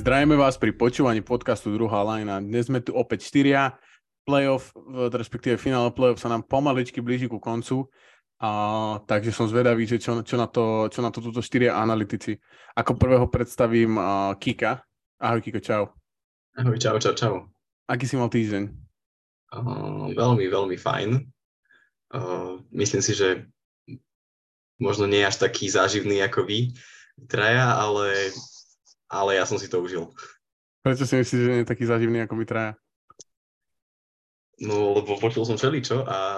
Zdravíme vás pri počúvaní podcastu Druhá lajna. Dnes sme tu opäť 4. Playoff, respektíve finále playoff sa nám pomaličky blíži ku koncu. Takže som zvedavý, že čo na to túto 4 analytici. Ako prvého predstavím Kika. Ahoj Kiko, čau. Ahoj, čau. Aký si mal týždeň? Veľmi fajn. Myslím si, že možno nie až taký záživný ako vy, traja, ale ja som si to užil. Prečo si myslíš, že nie je taký záživný ako my traja? No, lebo počul som všeličo a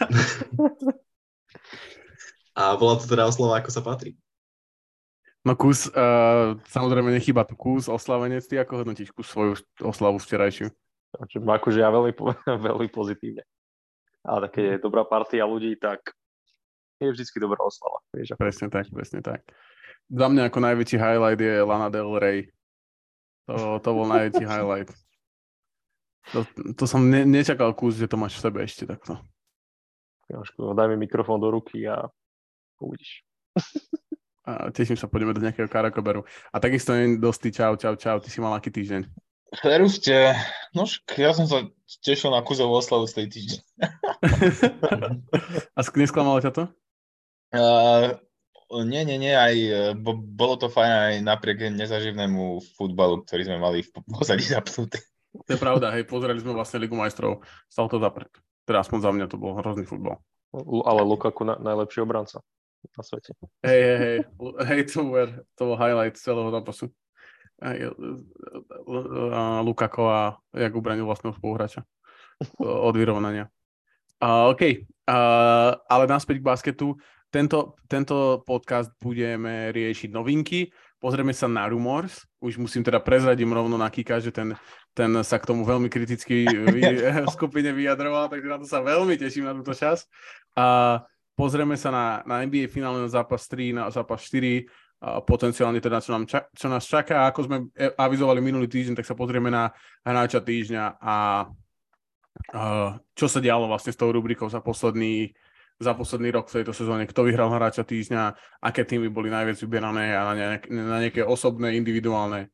bola to teda oslava, ako sa patrí. No kus, samozrejme nechýba tu kus, oslavenec. Ty ako hodnotíš kus svoju oslavu včerajšiu? Akože ja veľmi pozitívne. Ale keď je dobrá partia ľudí, tak je vždycky dobrá oslava. Vieš, presne tak. Za mňa ako najväčší highlight je Lana Del Rey. To bol najväčší highlight. To som nečakal kus, že to máš v sebe ešte takto. Jožko, daj mi mikrofón do ruky a uvidíš. A teším sa, poďme do nejakého karakoberu. A takisto Dosti, čau. Ty si mal aký týždeň? Chleruste, ja som sa tešil na kúzovú oslavu z tej týždeň. A nesklamalo ťa to? Nie, aj bolo to fajn aj napriek nezaživnému futbalu, ktorý sme mali v pozadí zapnutý. To je pravda, hej, pozerali sme vlastne Ligu majstrov, stal to zapred. Teda aspoň za mňa to bol hrozný futbal. Ale Lukaku najlepší obranca na svete. Hej, to bol highlight celého zápasu. Lukaku a jak ubranil vlastného spoluhráča od vyrovnania. OK, ale naspäť k basketu. Tento podcast budeme riešiť novinky. Pozrieme sa na Rumors. Už musím teda prezradím rovno na Kika, že ten sa k tomu veľmi kriticky v skupine vyjadroval, takže na to sa veľmi teším na túto časť. Pozrieme sa na NBA finálne, na zápas 3, na zápas 4, potenciálne teda, čo nás čaká. Ako sme avizovali minulý týždeň, tak sa pozrieme na hráča týždňa a čo sa dialo vlastne s tou rubrikou za posledný rok v tejto sezóne, kto vyhral hráča týždňa, aké týmy boli najviac vyberané a na nejaké osobné, individuálne,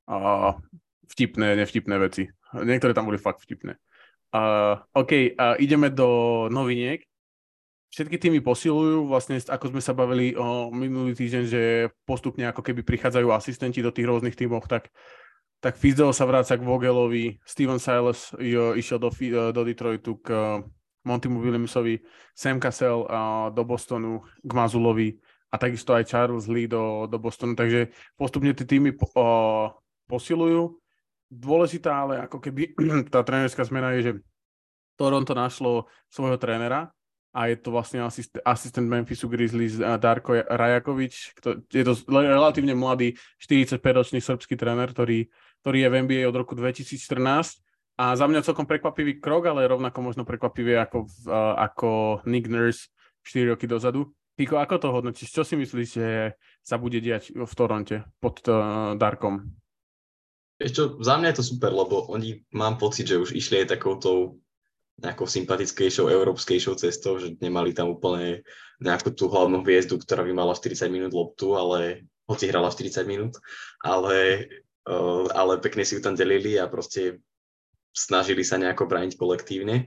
vtipné, nevtipné veci. Niektoré tam boli fakt vtipné. OK, ideme do noviniek. Všetky týmy posilujú, vlastne ako sme sa bavili o minulý týždeň, že postupne ako keby prichádzajú asistenti do tých rôznych tímov, tak Fizdale sa vráca k Vogelovi, Steven Silas išiel do Detroitu k Montymu Williamsovi, Sam Cassell do Bostonu k Mazulovi a takisto aj Charles Lee do Bostonu, takže postupne tie týmy posilujú. Dôležitá ale ako keby tá trénerská zmena je, že Toronto našlo svojho trénera a je to vlastne asistent Memphisu Grizzlies Darko Rajakovič, je to relatívne mladý 45-ročný srbský tréner, ktorý je v NBA od roku 2014. A za mňa celkom prekvapivý krok, ale rovnako možno prekvapivý ako Nick Nurse 4 roky dozadu. Kiko, ako to hodnotíš? Čo si myslíš, že sa bude diať v Toronte pod Darkom? Ešte, za mňa je to super, lebo oni, mám pocit, že už išli aj takoutou nejakou sympatickejšou, európskejšou cestou, že nemali tam úplne nejakú tú hlavnú hviezdu, ktorá by mala 40 minút loptu, ale hoci hrala 40 minút, ale pekne si ju tam delili a proste snažili sa nejako brániť kolektívne.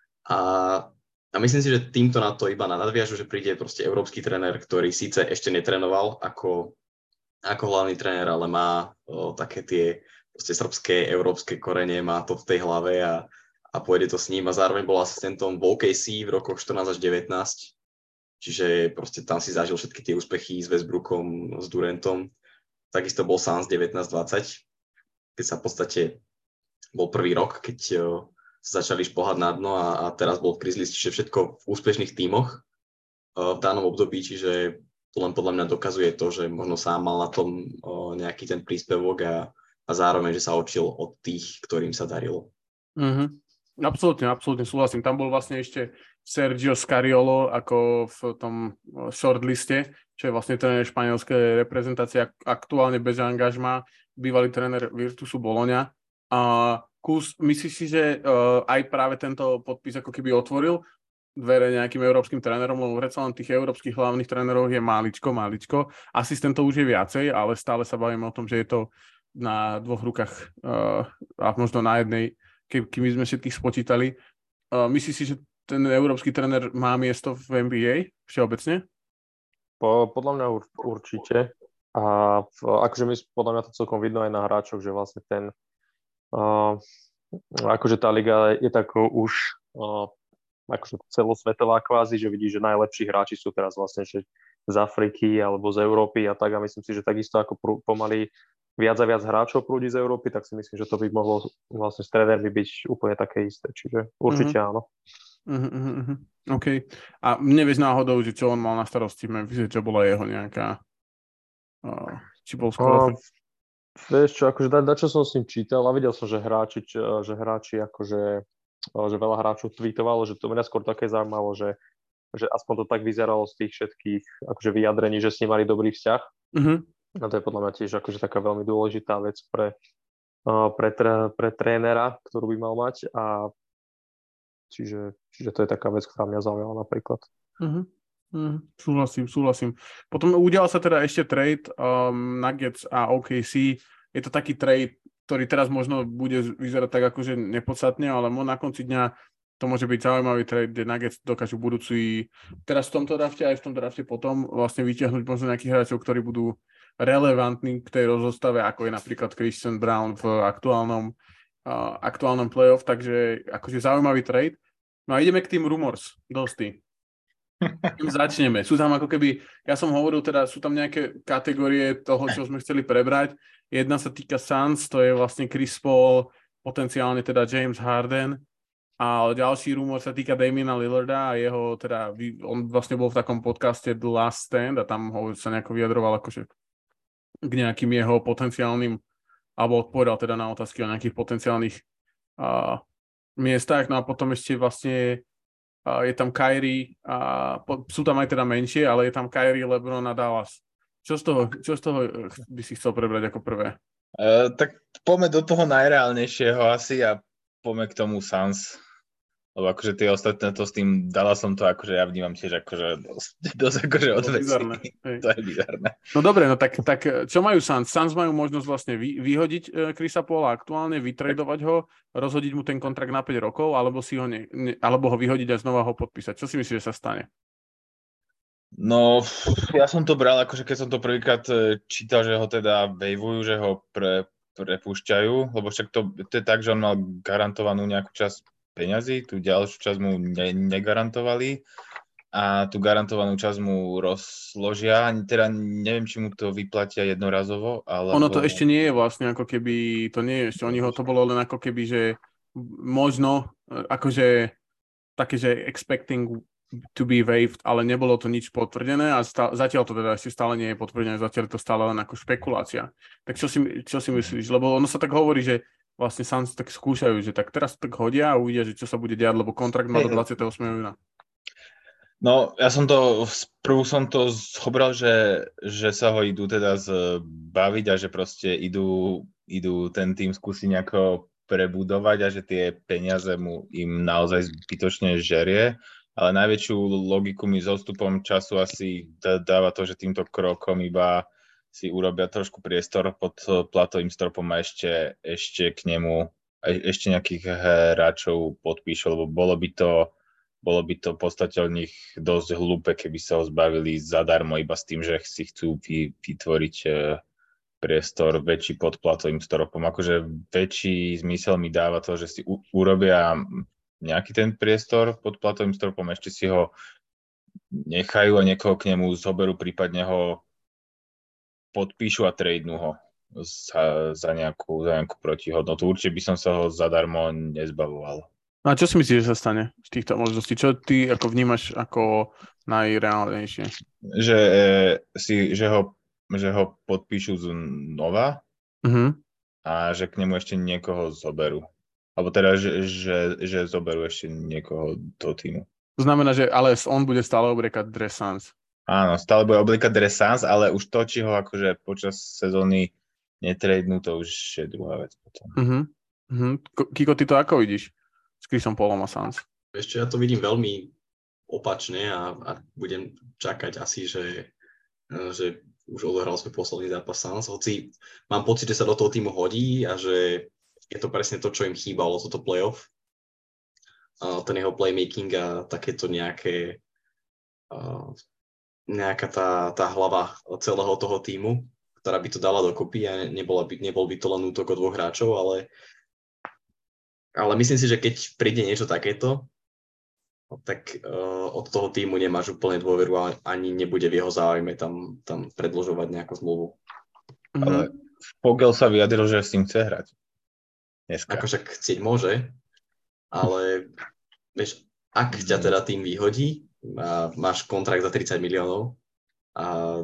A myslím si, že týmto na to iba nadviažu, že príde proste európsky tréner, ktorý síce ešte netrénoval ako hlavný tréner, ale má také tie proste srbské, európske korene, má to v tej hlave a pôjde to s ním a zároveň bol asistentom v OKC v rokoch 14 až 19. Čiže proste tam si zažil všetky tie úspechy s Westbrookom, s Durantom. Takisto bol Suns 19-20, keď sa v podstate bol prvý rok, keď sa začali šplhať na dno a teraz bol v Grizzlies, čiže všetko v úspešných tímoch v danom období, čiže to len podľa mňa dokazuje to, že možno sám mal na tom nejaký ten príspevok a zároveň, že sa učil od tých, ktorým sa darilo. Mm-hmm. Absolútne súhlasím. Tam bol vlastne ešte Sergio Scariolo ako v tom shortliste, čo je vlastne tréner španielskej reprezentácie, aktuálne bez angažma, bývalý tréner Virtusu Bologna. A myslíš si, že aj práve tento podpis ako keby otvoril dvere nejakým európskym trénerom, lebo predsa len tých európskych hlavných trénerov je máličko. Asistentov už je viacej, ale stále sa bavíme o tom, že je to na dvoch rukách a možno na jednej, keby sme všetkých spočítali. Myslíš si, že ten európsky tréner má miesto v NBA všeobecne? Podľa mňa určite. A akože podľa mňa to celkom vidno aj na hráčoch, že vlastne akože tá liga je tak už akože celosvetová kvázi, že vidíš, že najlepší hráči sú teraz vlastne že z Afriky alebo z Európy a tak, a myslím si, že takisto ako pomaly viac a viac hráčov prúdi z Európy, tak si myslím, že to by mohlo vlastne s trénermi byť úplne také isté, čiže určite áno. OK. A nevieš náhodou, že čo on mal na starosti, čo bola jeho nejaká či bol skôr... Vieš čo, akože čo som s ním čítal a videl som, že hráči akože, že veľa hráčov tweetovalo, že to mňa skôr také zaujímalo, že aspoň to tak vyzeralo z tých všetkých akože vyjadrení, že s ním mali dobrý vzťah. A to je podľa mňa tiež akože taká veľmi dôležitá vec pre trénera, ktorú by mal mať, a čiže to je taká vec, ktorá mňa zaujala napríklad. Súhlasím. Potom udial sa teda ešte trade Nuggets a OKC. Je to taký trade, ktorý teraz možno bude vyzerať tak akože nepodstatne, ale na konci dňa to môže byť zaujímavý trade, kde Nuggets dokážu budúci teraz v tomto drafte aj v tom drafte potom vlastne vyťahnuť možno nejakých hráčov, ktorí budú relevantní k tej rozostave, ako je napríklad Christian Brown v aktuálnom playoff, takže akože zaujímavý trade. No a ideme k tým rumors, Dosti. Začneme. Sú tam ako keby, ja som hovoril teda, sú tam nejaké kategórie toho, čo sme chceli prebrať. Jedna sa týka Suns, to je vlastne Chris Paul, potenciálne teda James Harden, a ďalší rumor sa týka Damiana Lillarda a jeho teda, on vlastne bol v takom podcaste The Last Stand a tam sa nejako vyjadroval akože k nejakým jeho potenciálnym, alebo odpovedal teda na otázky o nejakých potenciálnych miestach. No a potom ešte vlastne je tam Kyrie a sú tam aj teda menšie, ale je tam Kyrie, LeBron a Dallas. Čo z toho by si chcel prebrať ako prvé? Tak poďme do toho najreálnejšieho asi a poďme k tomu Suns. Lebo akože tie ostatné to s tým Dallasom to akože ja vnímam tiež akože dosť akože odveci. To je bizarné. No dobre, no tak čo majú Suns? Suns majú možnosť vlastne vyhodiť Chrisa Paula aktuálne, vytradovať ho, rozhodiť mu ten kontrakt na 5 rokov, alebo alebo ho vyhodiť a znova ho podpísať. Čo si myslíš, že sa stane? No, ja som to bral, akože keď som to prvýkrát čítal, že ho teda waveujú, že ho prepúšťajú, lebo však to je tak, že on mal garantovanú nejakú časť peňazí, tú ďalšiu časť mu negarantovali a tú garantovanú časť mu rozložia. Teda neviem, či mu to vyplatia jednorazovo, ale... Ono to ešte nie je vlastne ako keby, to nie je ešte, to bolo len ako keby, že možno akože také, že expecting to be waived, ale nebolo to nič potvrdené a zatiaľ to teda ešte stále nie je potvrdené, zatiaľ to stále len ako špekulácia. Tak čo si myslíš? Lebo ono sa tak hovorí, že vlastne Suns tak skúšajú, že tak teraz tak hodia a uvidia, že čo sa bude diať, lebo kontrakt má do 28. júna. No, ja som prvú som to zobral, že sa ho idú teda zbaviť a že proste idú ten tým skúsiť nejako prebudovať a že tie peniaze im naozaj zbytočne žerie, ale najväčšiu logiku mi s odstupom času asi dáva to, že týmto krokom iba si urobia trošku priestor pod platovým stropom a ešte k nemu ešte nejakých hráčov podpíšu, lebo bolo by to v podstate od nich dosť hlúpe, keby sa ho zbavili zadarmo iba s tým, že si chcú vytvoriť priestor väčší pod platovým stropom. Akože väčší zmysel mi dáva to, že si urobia nejaký ten priestor pod platovým stropom, ešte si ho nechajú a niekoho k nemu zoberú, prípadne ho podpíšu a tradenú ho za nejakú protihodnotu. Určite by som sa ho zadarmo nezbavoval. No a čo si myslíš, že sa stane z týchto možností? Čo ty ako vnímaš ako najreálnejšie? Že ho podpíšu znova a že k nemu ešte niekoho zoberú. Alebo teda, že zoberú ešte niekoho do týmu. To znamená, že ale on bude stále obliekať dres Suns. Áno, stále bude obliekať dres Suns, ale už to, či ho akože počas sezóny netradenú, to už je druhá vec potom. Kiko, ty to ako vidíš s Chrisom Paulom a Suns? Ešte ja to vidím veľmi opačne a budem čakať asi, že už odohral svoj posledný zápas Suns, hoci mám pocit, že sa do toho týmu hodí a že je to presne to, čo im chýbalo, toto playoff. Ten jeho playmaking a takéto nejaká tá hlava celého toho týmu, ktorá by to dala dokopy a nebol by to len útok o dvoch hráčov, ale myslím si, že keď príde niečo takéto, tak od toho týmu nemáš úplne dôveru a ani nebude v jeho záujme tam predĺžovať nejakú zmluvu. Ale Vogel sa vyjadril, že s tým chce hrať. Dneska. Ako však chcieť môže, ale vieš, ak ťa teda tým vyhodí a máš kontrakt za 30 miliónov a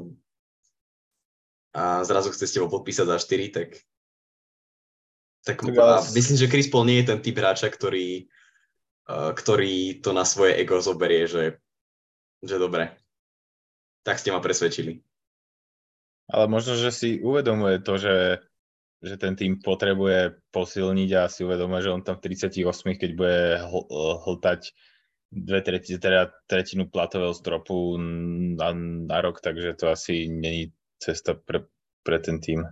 zrazu chce s tebou podpísať za 4, tak myslím, že Chris Paul nie je ten typ hráča, ktorý to na svoje ego zoberie, že dobre, tak ste ma presvedčili. Ale možno, že si uvedomuje to, že ten tým potrebuje posilniť a si uvedomuje, že on tam v 38, keď bude hltať tretinu platového stropu na rok, takže to asi není cesta pre ten tým.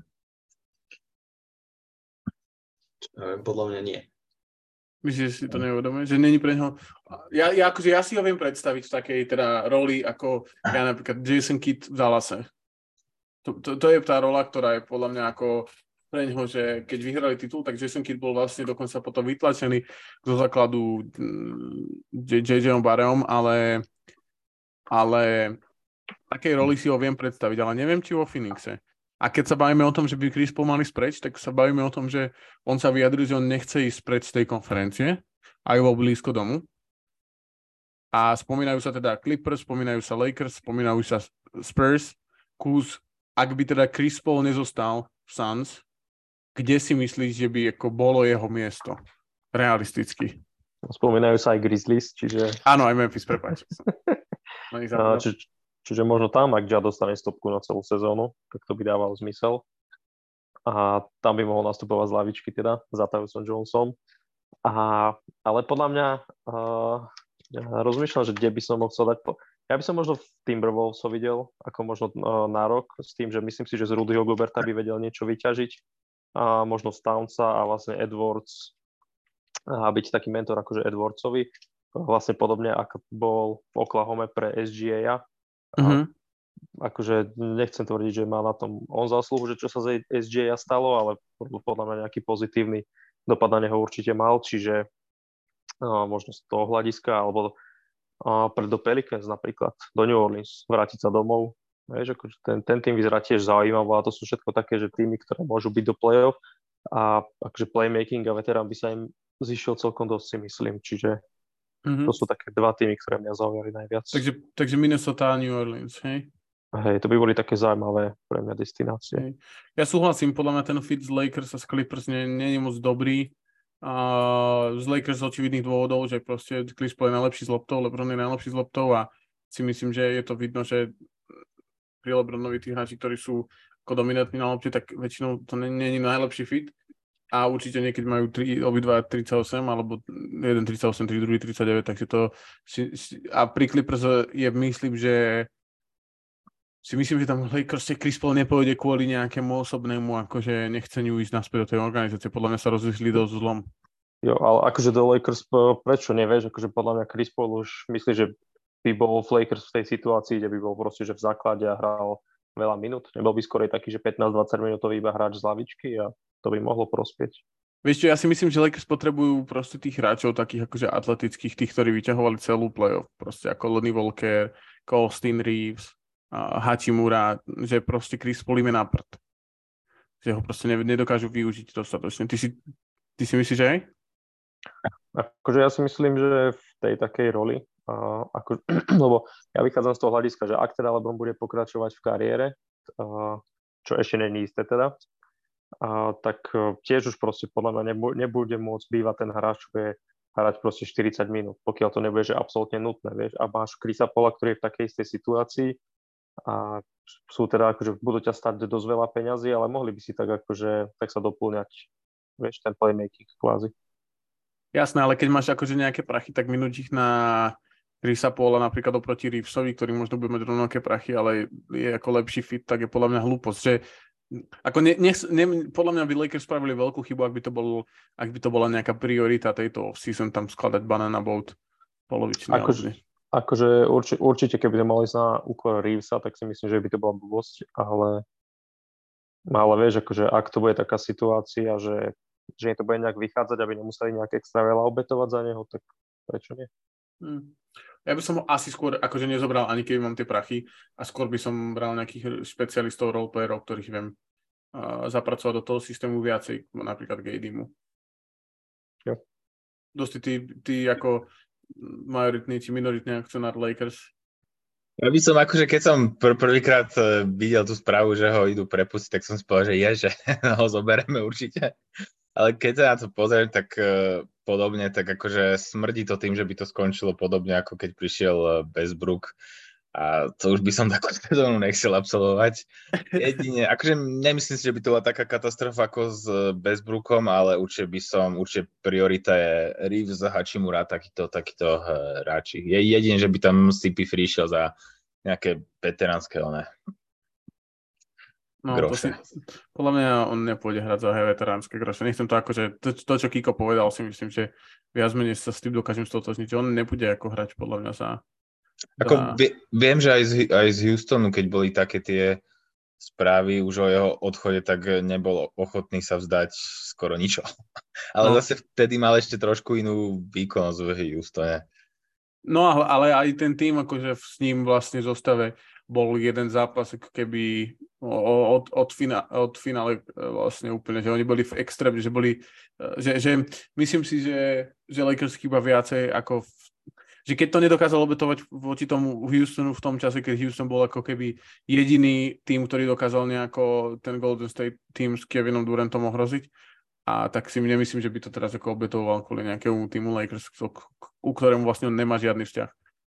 Podľa mňa nie. Myslíš, že si to neuvedomuje? Že není pre neho... Ja si ho viem predstaviť v takej teda roli, ako ja napríklad Jason Kidd v Dallase. To je tá rola, ktorá je podľa mňa ako pre neho, že keď vyhrali titul, tak Jason Kidd bol vlastne dokonca potom vytlačený zo základu J.J.om Barreom, ale v takej roli si ho viem predstaviť, ale neviem, či vo Phoenixe. A keď sa bavíme o tom, že by Chris Paul mali spreč, tak sa bavíme o tom, že on sa vyjadrí, že on nechce ísť spreč z tej konferencie a je blízko domu. A spomínajú sa teda Clippers, spomínajú sa Lakers, spomínajú sa Spurs. Ak by teda Chris Paul nezostal v Suns, kde si myslíš, že by ako bolo jeho miesto? Realisticky. Spomínajú sa aj Grizzlies, čiže... Áno, aj Memphis, prepáč. Čiže možno tam, ak Ja dostane stopku na celú sezónu, tak to by dávalo zmysel. A tam by mohol nastupovať z lavičky teda, za Tyusom Jonesom. Ale podľa mňa rozmýšľam, že kde by som mohol dať... Ja by som možno v Timberwolves videl, ako možno nárok, s tým, že myslím si, že z Rudyho Goberta by vedel niečo vyťažiť. A možno z Townsa a vlastne Edwards a byť taký mentor akože Edwardsovi. Vlastne podobne, ako bol v Oklahome pre SGA. Akože nechcem tvrdiť, že má na tom on zásluhu, že čo sa z SGA stalo, ale podľa mňa nejaký pozitívny dopad na neho určite mal, čiže možno z toho hľadiska, alebo pre do Pelicans napríklad, do New Orleans, vrátiť sa domov. Vieš, akože ten tým vyzerá tiež zaujímavé a to sú všetko také, že týmy, ktoré môžu byť do play-off a akože playmaking a veterán by sa im zišiel celkom dosť, si myslím, čiže to sú také dva týmy, ktoré mňa zaujali najviac. Takže Minnesota a New Orleans, hej? Hej, to by boli také zaujímavé pre mňa destinácie. Hej. Ja súhlasím, podľa mňa ten fit z Lakers a z Clippers nie je moc dobrý. Z Lakers z očividných dôvodov, že proste Chris Paul je najlepší z loptou, LeBron je najlepší z loptou a si myslím, že je to vidno, že pri LeBronovi tí hráči, ktorí sú ako dominantní na lopte, tak väčšinou to nie je najlepší fit. A určite niekedy majú obidva 38, alebo jeden 38, druhý 39, takže to... A pri Clippers myslím, že tam Lakers Chris Paul nepôjde kvôli nejakému osobnému, akože nechceniu ísť naspäť do tej organizácie. Podľa mňa sa rozlišili dosť zlom. Jo, ale akože do Lakers, prečo nevieš? Akože podľa mňa Chris Paul už myslí, že by bol v Lakers v tej situácii, kde by bol proste, že v základe a hral veľa minút. Nebol by skorej taký, že 15-20 minútový iba hráč z lavičky a to by mohlo prospieť. Vieš čo, ja si myslím, že Lakers potrebujú proste tých hráčov takých akože atletických, tých, ktorí vyťahovali celú playoff. Proste ako Lonnie Walker, Austin Reeves, Hachimura, že proste Chris Paul im je na prd. Že ho proste nedokážu využiť dostatočne. Ty si myslíš, že aj? Akože ja si myslím, že v tej takej roli, lebo ja vychádzam z toho hľadiska, že ak teda LeBron bude pokračovať v kariére, čo ešte nie je isté teda, tak tiež už proste podľa mňa nebude môcť bývať ten hráč, čo bude hrať proste 40 minút, pokiaľ to nebude, že absolútne nutné, vieš. A máš Chrisa Paula, ktorý je v takej istej situácii a sú teda akože budú ťa stať dosť veľa peňazí, ale mohli by si tak akože tak sa doplňať, vieš, ten playmaking kvázi. Jasné, ale keď máš akože nejaké prachy, tak minúť ich na Chrisa Paula napríklad oproti Reevesovi, ktorý možno bude mať rovnaké prachy, ale je ako lepší fit, tak je podľa mňa hlúposť, že ako podľa mňa by Lakers spravili veľkú chybu, ak by to bola nejaká priorita tejto off-season, tam skladať banana boat polovičný. Akože určite, keby to mali ísť na úkor Reevesa, tak si myslím, že by to bola blbosť, ale vieš, akože ak to bude taká situácia, že im to bude nejak vychádzať, aby nemuseli nejak extra veľa obetovať za neho, tak prečo nie? Ja by som ho asi skôr akože nezobral, ani keby mám tie prachy, a skôr by som bral nejakých špecialistov, roleplayerov, ktorých viem zapracovať do toho systému viacej, napríklad KD-mu. Jo. Dosť ty ako majoritný či minoritný akcionár Lakers. Ja by som akože, keď som prvýkrát videl tú správu, že ho idú prepustiť, tak som si povedal, že ho zoberieme určite. Ale keď sa na to pozriem, tak podobne, tak akože smrdí to tým, že by to skončilo podobne, ako keď prišiel Westbrook. A to už by som takú sezónu nechcel absolvovať. Jedine, akože nemyslím si, že by to bola taká katastrofa ako s Westbrookom, ale určite priorita je Reeves, Hachimura, takýto hráči. Je jedine, že by tam CP3 šiel za nejaké veteránske groše. Podľa mňa on nepôjde hrať za veteránske groše. Nechcem to akože, to čo Kiko povedal, si myslím, že viac menej sa s tým dokážem stotožniť. On nebude ako hrať podľa mňa za... Viem, že aj z Houstonu, keď boli také tie správy už o jeho odchode, tak nebol ochotný sa vzdať skoro ničo. Ale zase vtedy mal ešte trošku inú výkonnosť v Houstone. No ale aj ten tým, akože s ním vlastne v zostave bol jeden zápas, ako keby od finále vlastne úplne, že oni boli v extrémne, že myslím si, že Lakers chýba viacej ako že keď to nedokázal obetovať voči tomu Houstonu v tom čase, keď Houston bol ako keby jediný tým, ktorý dokázal nejako ten Golden State tým s Kevinom Durantom ohroziť, a tak si nemyslím, že by to teraz ako obetoval kvôli nejakému týmu Lakers, ku ktorému vlastne on nemá žiadny vzťah.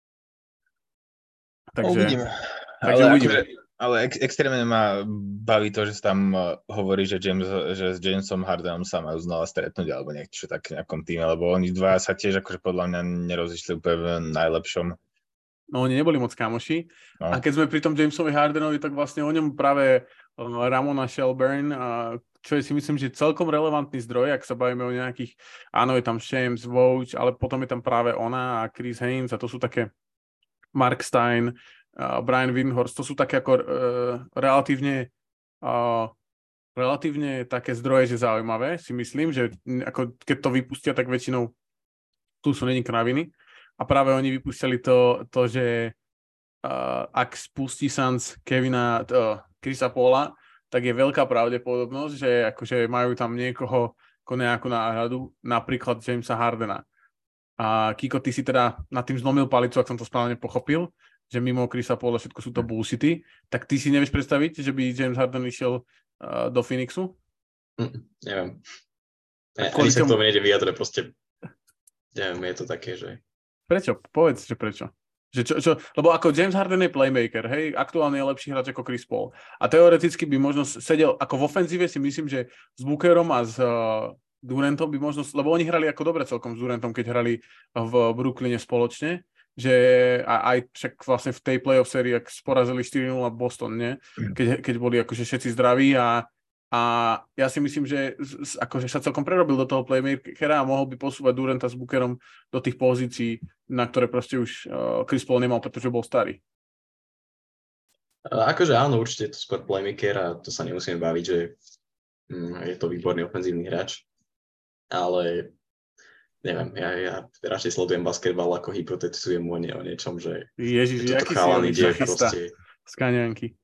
Takže uvidíme. Ale extrémne ma baví to, že sa tam hovorí, že s Jamesom Hardenom sa majú znova stretnúť, alebo niečo tak v nejakom týme, lebo oni dva sa tiež akože podľa mňa nerozišli úplne v najlepšom. No oni neboli moc kamoši. No. A keď sme pri tom Jamesovi Hardenovi, tak vlastne o ňom práve Ramona Shelburne, čo je si myslím, že celkom relevantný zdroj, ak sa bavíme o nejakých, áno, je tam Shams, Vouch, ale potom je tam práve ona a Chris Haynes, a to sú také Mark Stein, Brian Windhorst, to sú také ako relatívne také zdroje, že zaujímavé, si myslím, že ako keď to vypustia, tak väčšinou tu sú není kraviny. A práve oni vypustili to že ak spustí Suns Chrisa Paula, tak je veľká pravdepodobnosť, že akože majú tam niekoho ako nejakú náhradu, napríklad Jamesa Hardena. A Kiko, ty si teda nad tým zlomil palicu, ak som to správne pochopil, že mimo Chrisa Paula všetko sú to bullshity, tak ty si nevieš predstaviť, že by James Harden išiel do Phoenixu? Neviem. Ani sa k tomu nejde vyjadre, proste neviem, je to také, že... Prečo? Povedz, že prečo. Že lebo ako James Harden je playmaker, hej, aktuálne je lepší hráč ako Chris Paul. A teoreticky by možno sedel, ako v ofenzíve si myslím, že s Bookerom a s Durantom by možno, lebo oni hrali ako dobre celkom s Durantom, keď hrali v Brooklyne spoločne, že aj však vlastne v tej playoff sérii, ak porazili 4-0 Boston, nie? Keď boli akože všetci zdraví, a ja si myslím, že akože sa celkom prerobil do toho playmakera a mohol by posúvať Duranta s Bookerom do tých pozícií, na ktoré proste už Chris Paul nemal, pretože bol starý. Akože áno, určite je to skôr playmaker a to sa nemusíme baviť, že je to výborný ofenzívny hráč, ale neviem, ja radšej sledujem basketbal, ako hypotetizujem o niečom, že Ježiš, toto chalaný deje proste. Z kaňanky.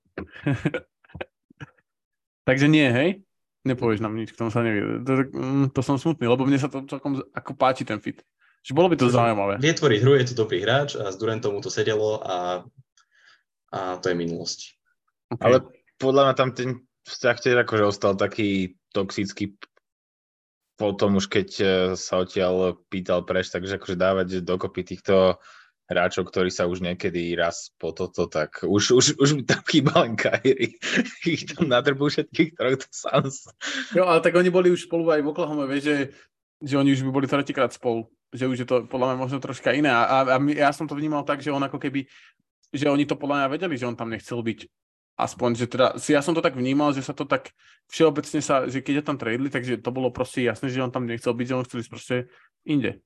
Takže nie, hej? Nepovieš nám nič, k tomu sa nevie. To som smutný, lebo mne sa to celkom ako páči ten fit. Že bolo by to zaujímavé. Vie tvoriť hru, je to dobrý hráč a s Durantom mu to sedelo a to je minulosť. Okay. Ale podľa mňa tam ten vzťah tiež akože ostal taký toxický potom už keď sa odtiaľ pýtal preč, takže akože dávať dokopy týchto hráčov, ktorí sa už niekedy raz po toto, tak už mi tam chýba len Kyrie. Ich tam nadrbú všetkých troch Suns. Jo, ale tak oni boli už spolu aj v Oklahoma, vieš, že oni už by boli tretíkrát spolu. Že už je to podľa mňa možno troška iné. Ja som to vnímal tak, že on ako keby, že oni to podľa mňa vedeli, že on tam nechcel byť. Aspoň, že teda, ja som to tak vnímal, že sa to tak všeobecne že keď ho tam tradeli, takže to bolo proste jasné, že on tam nechcel byť, že on chcel ísť proste inde.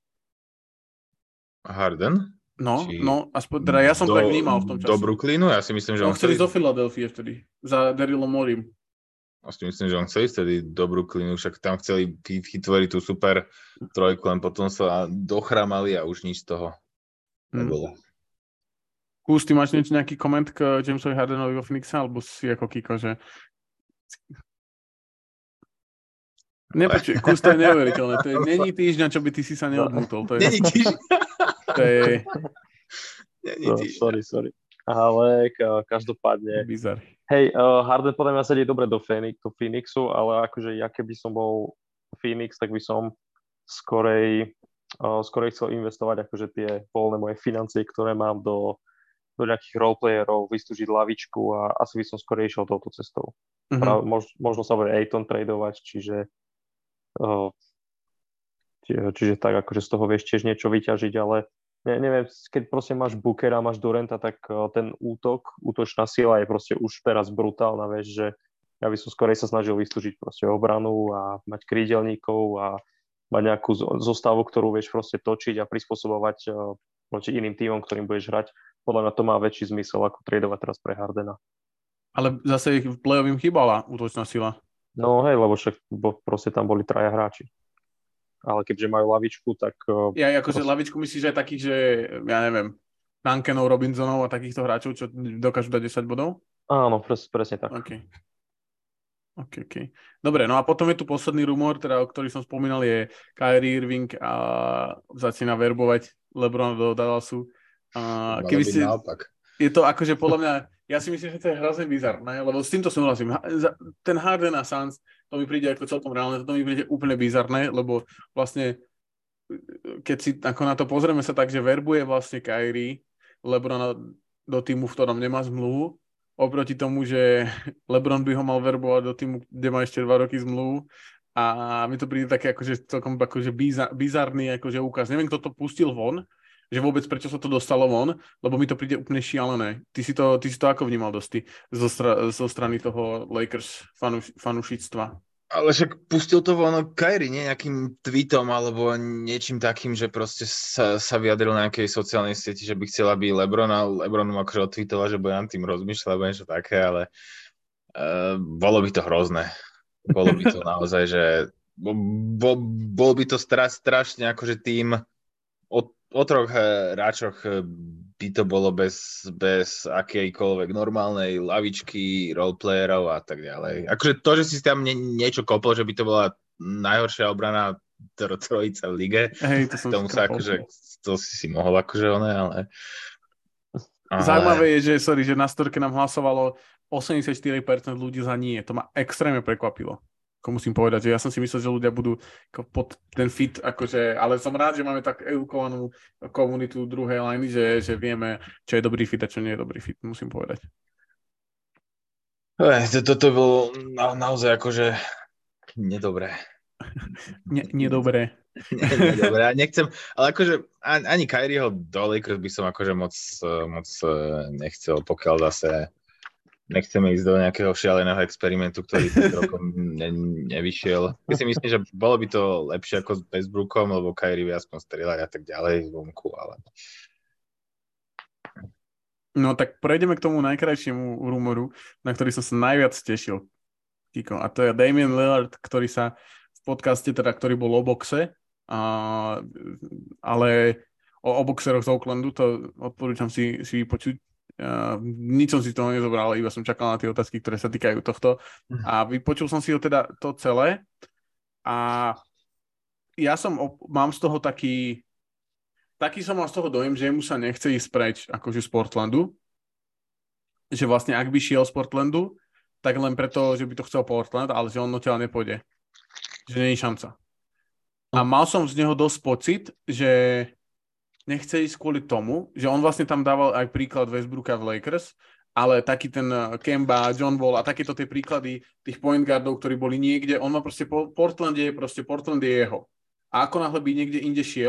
Harden? No, aspoň, teda ja som to tak vnímal v tom čase. Do Brooklynu? Ja si myslím, že on chcel ísť do Filadelfie vtedy, za Darylom Morim. Ja si myslím, že on chcel ísť vtedy do Brooklynu, však tam chceli vytvoriť tú super trojku, len potom sa dochrámali a už nič z toho nebolo. Kús, ty máš nejaký koment k Jamesovi Hardenovi vo Phoenixe, alebo si ako Kiko, že... Nepočuj, Kús, to je neuveriteľné. To je není týždňa, čo by ty si sa neodmútol. Není týždňa. To je... Sorry. Ale každopádne... Bizar. Hej, Harden podľa mňa sedí dobre do Phoenixu, ale akože ja keby som bol Phoenix, tak by som skorej chcel investovať akože tie voľné moje financie, ktoré mám do nejakých roleplayerov, vystúžiť lavičku a asi by som skôr išiel touto cestou. Možno sa bude Ayton tradovať, čiže tak akože z toho vieš tiež niečo vyťažiť, ale neviem, keď proste máš Bookera, máš Duranta, tak ten útočná sila je proste už teraz brutálna, vieš, že ja by som skorej sa snažil vystúžiť proste obranu a mať krídelníkov a mať nejakú zostavu, ktorú vieš proste točiť a prispôsobovať proti iným tímom, ktorým budeš hrať. Podľa mňa to má väčší zmysel, ako tradovať teraz pre Hardena. Ale zase v play-off im chýbala útočná sila. No hej, lebo však proste tam boli traja hráči. Ale keďže majú lavičku, tak... Ja akože lavičku myslíš aj takých, že ja neviem, Duncanov, Robinsonov a takýchto hráčov, čo dokážu dať 10 bodov? Áno, presne tak. OK. Dobre, no a potom je tu posledný rumor, teda, o ktorý som spomínal, je Kyrie Irving a začína verbovať LeBrona do Dallasu. Keby si... Je to akože podľa mňa, ja si myslím, že to je hrozne bizarné, lebo s týmto súhlasím. Ten Harden a Suns, to mi príde ako celkom reálne, to mi príde úplne bizarné, lebo vlastne, keď si ako na to pozrieme sa tak, že verbuje vlastne Kyrie LeBrona do týmu, v ktorom nemá zmluvu, oproti tomu, že LeBron by ho mal verbovať do týmu, kde má ešte 2 roky zmluvu, a mi to príde také akože celkom akože bizarný akože úkaz. Neviem, kto to pustil von, že vôbec prečo sa to dostalo von, lebo mi to príde úplne šialené. Ty si to ako vnímal dosť zo strany toho Lakers fanušictva? Ale však pustil to von Kyrie, nie nejakým tweetom alebo niečím takým, že proste sa vyjadril na nejakej sociálnej sieti, že by chcel, aby LeBron mu akože odtweetoval, že bude na tým rozmýšľať alebo niečo také, ale bolo by to hrozné. Bolo by to naozaj, že bol by to strašne akože tým o 3 hráčoch by to bolo bez akejkoľvek normálnej lavičky, roleplayerov a tak ďalej. Akože to, že si tam niečo kopol, že by to bola najhoršia obrana trojica v lige, tomu sa akože, to si mohol akože ale... Zaujímavé je, že na storke nám hlasovalo 84% ľudí za nie. To ma extrémne prekvapilo. Ako musím povedať, že ja som si myslel, že ľudia budú pod ten fit, akože, ale som rád, že máme tak edukovanú komunitu druhej liny, že vieme, čo je dobrý fit a čo nie je dobrý fit, musím povedať. Toto bolo naozaj akože nedobré. Nedobré. Nedobré, nechcem, ale akože ani Kyrieho do Lakers by som akože moc nechcel, pokiaľ zase nechceme ísť do nejakého šialeného experimentu, ktorý tým rokom nevyšiel. Ja si myslím, že bolo by to lepšie ako s Westbrookom, lebo Kyrie vie aspoň strieľať a tak ďalej vonku, ale... No tak prejdeme k tomu najkrajšiemu rumoru, na ktorý som sa najviac tešil, Kiko. A to je Damian Lillard, ktorý sa v podcaste, teda, ktorý bol o boxe, ale o boxeroch z Oaklandu, to odporúčam si vypočuť. Nič som si toho nezobral, iba som čakal na tie otázky, ktoré sa týkajú tohto, a vypočul som si ho teda to celé a ja mám z toho taký som mal z toho dojem, že mu sa nechce ísť preč akože z Portlandu, že vlastne ak by šiel z Portlandu, tak len preto, že by to chcel Portland, ale že on odtiaľ nepôjde, že nie je šanca. A mal som z neho dosť pocit, že nechce ísť kvôli tomu, že on vlastne tam dával aj príklad Westbrooka v Lakers, ale taký ten Kemba, John Wall a takéto tie príklady tých point guardov, ktorí boli niekde, on má proste Portland je jeho. A ako náhle by niekde inde šiel,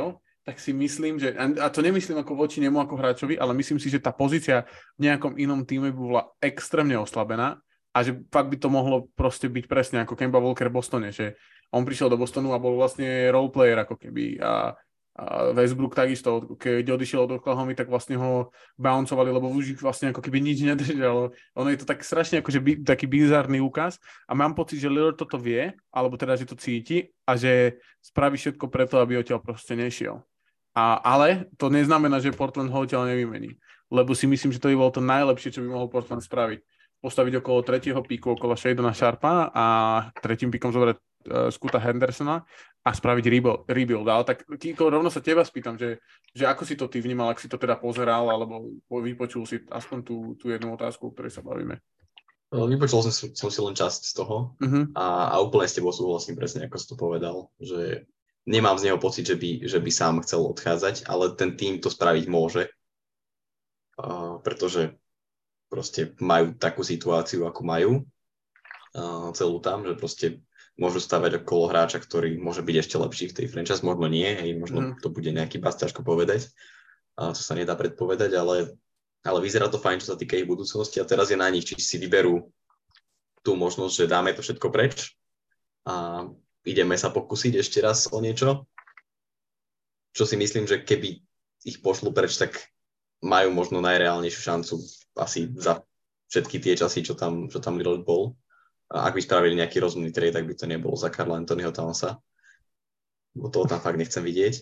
tak si myslím, že, a to nemyslím ako voči nemu ako hráčovi, ale myslím si, že tá pozícia v nejakom inom týme by bola extrémne oslabená a že fakt by to mohlo proste byť presne ako Kemba Walker v Bostone, že on prišiel do Bostonu a bol vlastne roleplayer ako keby a Westbrook takisto, keď odišiel od Oklahomy, tak vlastne ho bouncovali, lebo už ich vlastne ako keby nič nedržalo. Ono je to tak strašne akože taký bizarný úkaz a mám pocit, že Lillard toto vie, alebo teda, že to cíti a že spraví všetko preto, aby odtiaľ proste nešiel. Ale to neznamená, že Portland ho odtiaľ nevymení, lebo si myslím, že to by bolo to najlepšie, čo by mohol Portland spraviť. Postaviť okolo 3. píku, okolo Shadona Sharpa a 3. píkom zobrať Scoota Hendersona a spraviť rebuild. Ale tak, Kiko, rovno sa teba spýtam, že ako si to ty vnímal, ak si to teda pozeral, alebo vypočul si aspoň tú jednu otázku, o ktorej sa bavíme. Vypočul som si len časť z toho a úplne s tebou súhlasím presne, ako si to povedal, že nemám z neho pocit, že by sám chcel odchádzať, ale ten tým to spraviť môže, pretože proste majú takú situáciu, ako majú celú tam, že proste môžu stavať okolo hráča, ktorý môže byť ešte lepší v tej franchise, možno nie, možno to bude nejaký bust, ťažko povedať, to sa nedá predpovedať, ale vyzerá to fajn, čo sa týka ich budúcnosti a teraz je na nich, či si vyberú tú možnosť, že dáme to všetko preč a ideme sa pokúsiť ešte raz o niečo, čo si myslím, že keby ich pošlu preč, tak majú možno najreálnejšiu šancu asi za všetky tie časy, čo tam Lillard bol. A ak by spravili nejaký rozumný trade, tak by to nebolo za Karla Anthonyho Townsa. Bo toho tam fakt nechcem vidieť.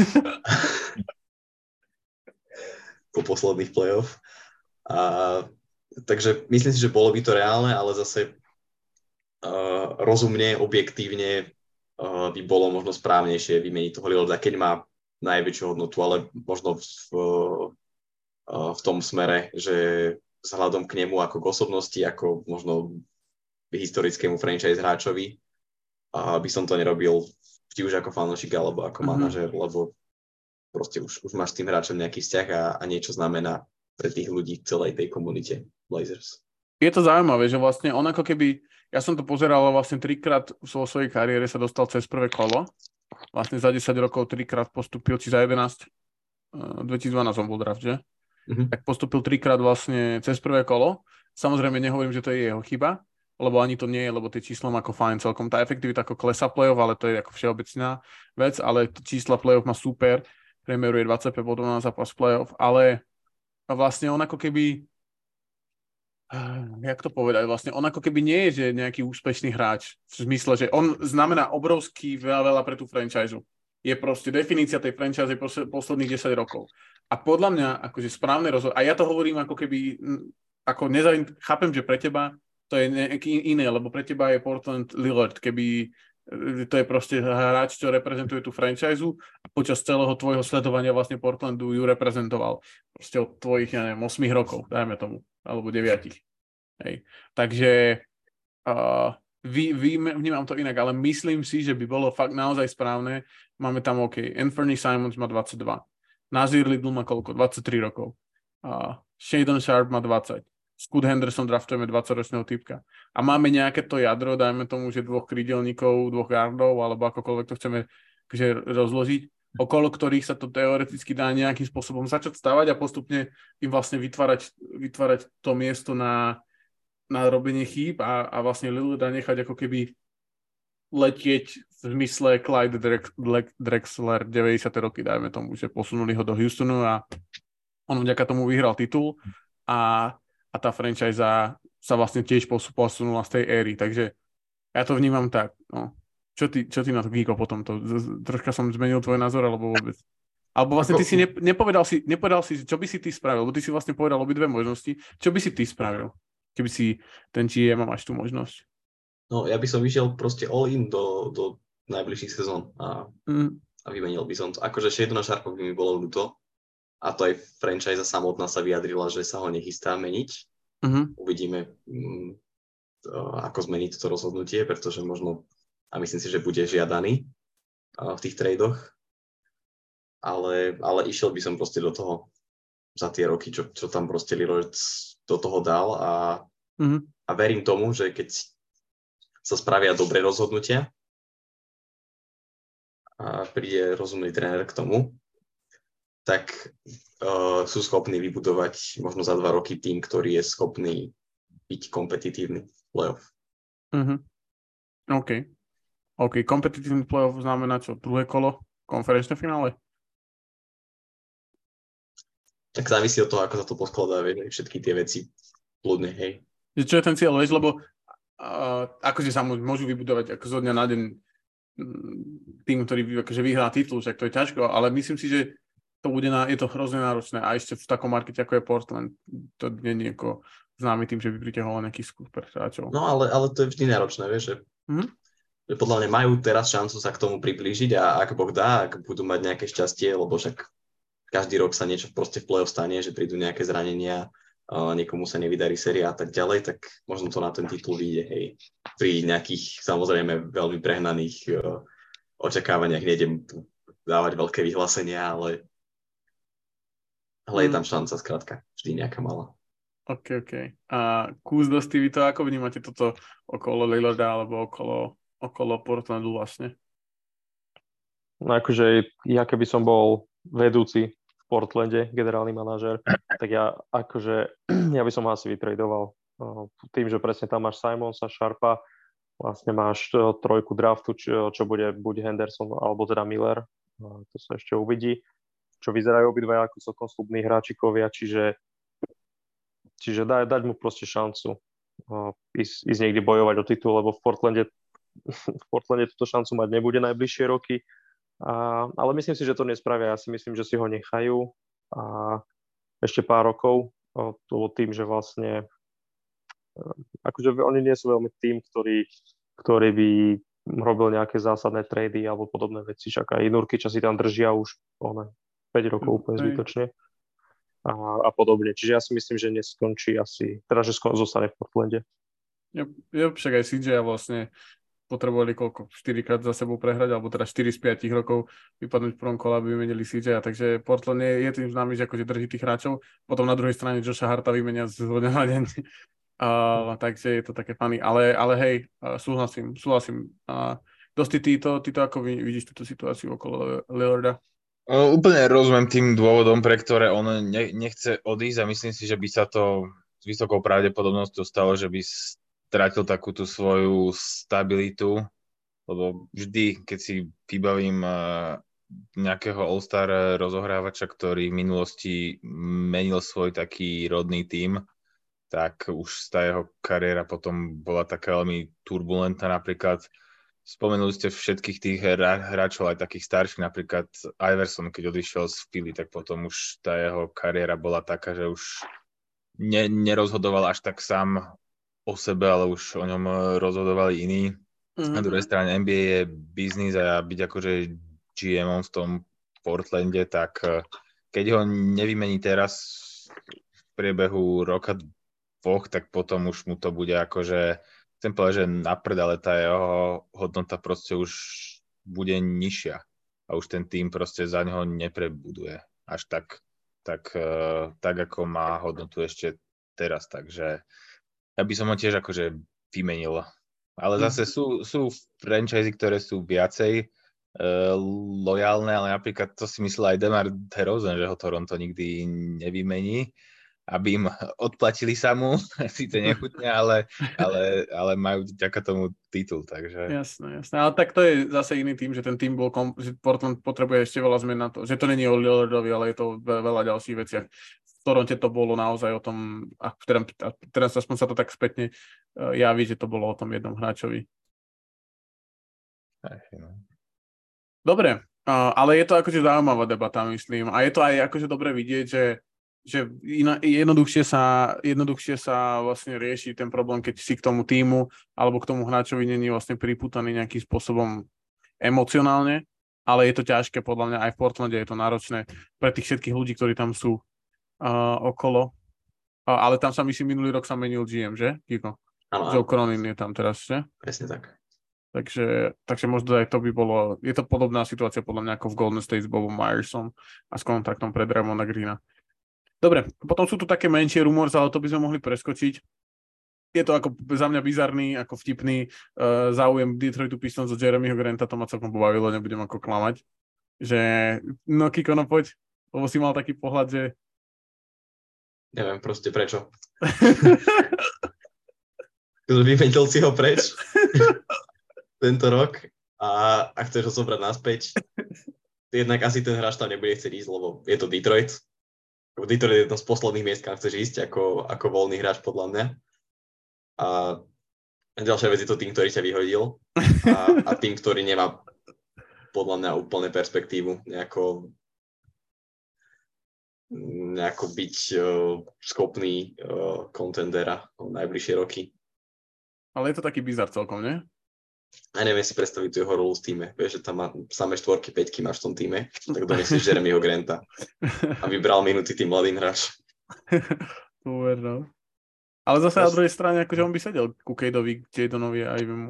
Po posledných playoff. Takže myslím si, že bolo by to reálne, ale zase rozumne, objektívne by bolo možno správnejšie vymeniť toho Lillarda, keď má najväčšiu hodnotu, ale možno v tom smere, že vzhľadom k nemu ako k osobnosti, ako možno historickému franchise hráčovi, by som to nerobil či už ako fanúšik alebo ako manažer, lebo proste už máš s tým hráčom nejaký vzťah a niečo znamená pre tých ľudí v celej tej komunite Blazers. Je to zaujímavé, že vlastne on ako keby, ja som to pozeral vlastne 3-krát vo svojej kariére sa dostal cez prvé kolo, vlastne za 10 rokov 3-krát postupil, či za 11, 2012 on bol draft, že? Tak postupil 3-krát vlastne cez prvé kolo. Samozrejme nehovorím, že to je jeho chyba, lebo ani to nie je, lebo tie čísla má ako fajn celkom. Tá efektivita ako klesa play-off, ale to je ako všeobecná vec, ale čísla play-off má super, priemeruje 25 bodov na zápas play-off, ale vlastne on ako keby, jak to povedať, vlastne on ako keby nie je, že nejaký úspešný hráč, v zmysle, že on znamená obrovský veľa pre tú franchise. Je proste definícia tej franchise posledných 10 rokov. A podľa mňa, akože správne rozhod, a ja to hovorím ako keby, chápem, že pre teba to je nejaký iné, lebo pre teba je Portland Lillard, keby to je proste hráč, čo reprezentuje tú franchise a počas celého tvojho sledovania vlastne Portlandu ju reprezentoval. Proste od tvojich, 8 rokov, dajme tomu, alebo 9. Hej. Takže vnímam to inak, ale myslím si, že by bolo fakt naozaj správne. Máme tam Anthony Simons má 22. Nazir Little má koľko? 23 rokov. Shadon Sharp má 20. Scoot Henderson draftujeme 20-ročného typka. A máme nejaké to jadro, dajme tomu, že 2 krídelníkov, 2 guardov, alebo akokoľvek to chceme rozložiť, okolo ktorých sa to teoreticky dá nejakým spôsobom začať stavať a postupne im vlastne vytvárať to miesto na robenie chýb a vlastne Lillarda nechať ako keby letieť v zmysle Clyde Drexler 90. roky, dajme tomu, že posunuli ho do Houstonu a on vďaka tomu vyhral titul a tá franchise sa vlastne tiež posunula z tej éry, takže ja to vnímam tak, no. Čo ty na to, Kiko, potom to? Troška som zmenil tvoj názor, alebo vôbec? Alebo vlastne ty si nepovedal si, čo by si ty spravil, lebo ty si vlastne povedal obidve možnosti, čo by si ty spravil, keby si ten GM máš tú možnosť? No, ja by som išiel proste all in do najbližších sezón a vymenil by som to. Akože Shadona Sharpa by mi bolo ľúto, a to aj franchise samotná sa vyjadrila, že sa ho nechystá meniť. Uvidíme, ako zmení toto rozhodnutie, pretože možno, a myslím si, že bude žiadaný v tých tradoch, ale išiel by som proste do toho za tie roky, čo tam proste Lillard do toho dal a verím tomu, že keď sa spravia dobré rozhodnutia a príde rozumný tréner k tomu, tak sú schopní vybudovať možno za 2 roky tým, ktorý je schopný byť kompetitívny v playoff. OK. Kompetitívny playoff znamená čo? Druhé kolo? Konferenčné finále? Tak závisí od toho, ako sa to poskladá, všetky tie veci plodne, hej. Čo je ten cieľ, vieš, lebo akože sa môžu vybudovať ako zo dňa na deň tým, ktorý akože vyhrá titul, však to je ťažko, ale myslím si, že to je to hrozne náročné a ešte v takom markete, ako je Portland, to nie je ako známy tým, že by pritiahoval nejakých super hráčov. No ale to je vždy náročné, vieš, že podľa mňa majú teraz šancu sa k tomu priblížiť a ak Boh dá, ak budú mať nejaké šťastie, lebo však každý rok sa niečo proste v play-off stane, že prídu nejaké zranenia, niekomu sa nevydarí séria a tak ďalej, tak možno to na ten titul vyjde, hej. Pri nejakých, samozrejme, veľmi prehnaných očakávaniach nejdem tu dávať veľké vyhlásenia, ale je tam šanca, skrátka, vždy nejaká malá. OK. A Kúzdos, vy to ako vnímate toto okolo Lillarda alebo okolo Portlandu vlastne? No akože ja keby som bol vedúci v Portlande, generálny manažér, tak ja by som ho asi vytradoval. Tým, že presne tam máš Simonsa, Sharpa, vlastne máš trojku draftu, čo bude buď Henderson alebo teda Miller, to sa ešte uvidí, čo vyzerajú obidvaja ako celkom slubní hráčikovia, čiže dať mu proste šancu ísť niekde bojovať o titul, lebo v Portlande túto šancu mať nebude najbližšie roky, ale myslím si, že to nespravia. Ja si myslím, že si ho nechajú a ešte pár rokov, tým, že vlastne akože oni nie sú veľmi tým, ktorý by robil nejaké zásadné trady alebo podobné veci, však aj Nurkiča si tam držia už 5 rokov úplne zbytočne a podobne. Čiže ja si myslím, že neskončí asi, teda že zostane v Portlande. Ja však aj CJ vlastne potrebovali 4 krát za sebou prehrať, alebo teda 4 z 5 rokov vypadnúť v prvom kole, aby vymenili CJ, takže Portland je tým známy, že akože drží tých hráčov, potom na druhej strane Josha Harta vymenia z dňa na deň. Takže je to také funny, ale hej, súhlasím. Dosti, ty to ako vidíš túto situáciu okolo Lillarda? Úplne rozumiem tým dôvodom, pre ktoré on nechce odísť a myslím si, že by sa to s vysokou pravdepodobnosťou stalo, že by strátil takú tú svoju stabilitu, lebo vždy, keď si vybavím nejakého all-star rozohrávača, ktorý v minulosti menil svoj taký rodný tím, tak už tá jeho kariéra potom bola taká veľmi turbulentná. Napríklad spomenuli ste všetkých tých hráčov, aj takých starších, napríklad Iverson, keď odišiel z Philly, tak potom už tá jeho kariéra bola taká, že už nerozhodoval až tak sám o sebe, ale už o ňom rozhodovali iní. Na druhej strane NBA je biznis a byť akože GM-om v tom Portlande, tak keď ho nevymení teraz v priebehu roka, tak potom už mu to bude akože, chcem povedať, že naprd, ale tá jeho hodnota proste už bude nižšia a už ten tým proste za ňoho neprebuduje až tak ako má hodnotu ešte teraz, takže ja by som ho tiež akože vymenil. Ale zase sú franchise, ktoré sú viacej lojálne, ale napríklad to si myslel aj DeMar DeRozan, že ho Toronto nikdy nevymení, aby im odplatili sa mu, síce nechutne, ale majú vďaka tomu titul, takže... Jasné. Ale tak to je zase iný tým, že ten tým bol, že Portland potrebuje ešte veľa zmen na to, že to není o Lillardovi, ale je to veľa ďalších veciach. V Toronte to bolo naozaj o tom, a teraz aspoň sa to tak spätne javí, že to bolo o tom jednom hráčovi. Dobre, ale je to akože zaujímavá debata, myslím. A je to aj akože dobre vidieť, že jednoduchšie sa vlastne rieši ten problém, keď si k tomu týmu alebo k tomu hráčovi není vlastne pripútaný nejakým spôsobom emocionálne, ale je to ťažké, podľa mňa aj v Portlande je to náročné pre tých všetkých ľudí, ktorí tam sú okolo. Ale tam sa myslím, minulý rok sa menil GM, že? Kiko? Joe Cronin je tam teraz, že? Presne tak. Takže možno aj to by bolo, je to podobná situácia podľa mňa ako v Golden State s Bobom Myersom a s kontraktom pre Draymonda Greena. Dobre, potom sú tu také menšie rumors, ale to by sme mohli preskočiť. Je to ako za mňa bizarný, ako vtipný záujem Detroitu Pistons od Jeremyho Granta, to ma celkom pobavilo, nebudem ako klamať. Že, no Kiko, no poď. Lebo si mal taký pohľad, že... Neviem proste prečo. Vymenil si ho preč tento rok a chceš ho zobrať naspäť. Jednak asi ten hráč tam nebude chcieť ísť, lebo je to Detroit. Detroit je jedno z posledných miest, kam chceš ísť ako voľný hráč podľa mňa. A ďalšia vec je to tým, ktorý ťa vyhodil a tým, ktorý nemá podľa mňa úplne perspektívu nejako byť schopný kontendera najbližšie roky. Ale je to taký bizar celkom, nie? A neviem si predstaviť tú jeho rolu v týme. Vieš, že tam má samé 4, 5 máš v tom týme, tak donesieš Jeremyho Granta a vybral minúty tým mladým hráč. No. Ale zase na druhej strane, akože on by sedel ku Cadeovi, Jadonovi a Ivimu.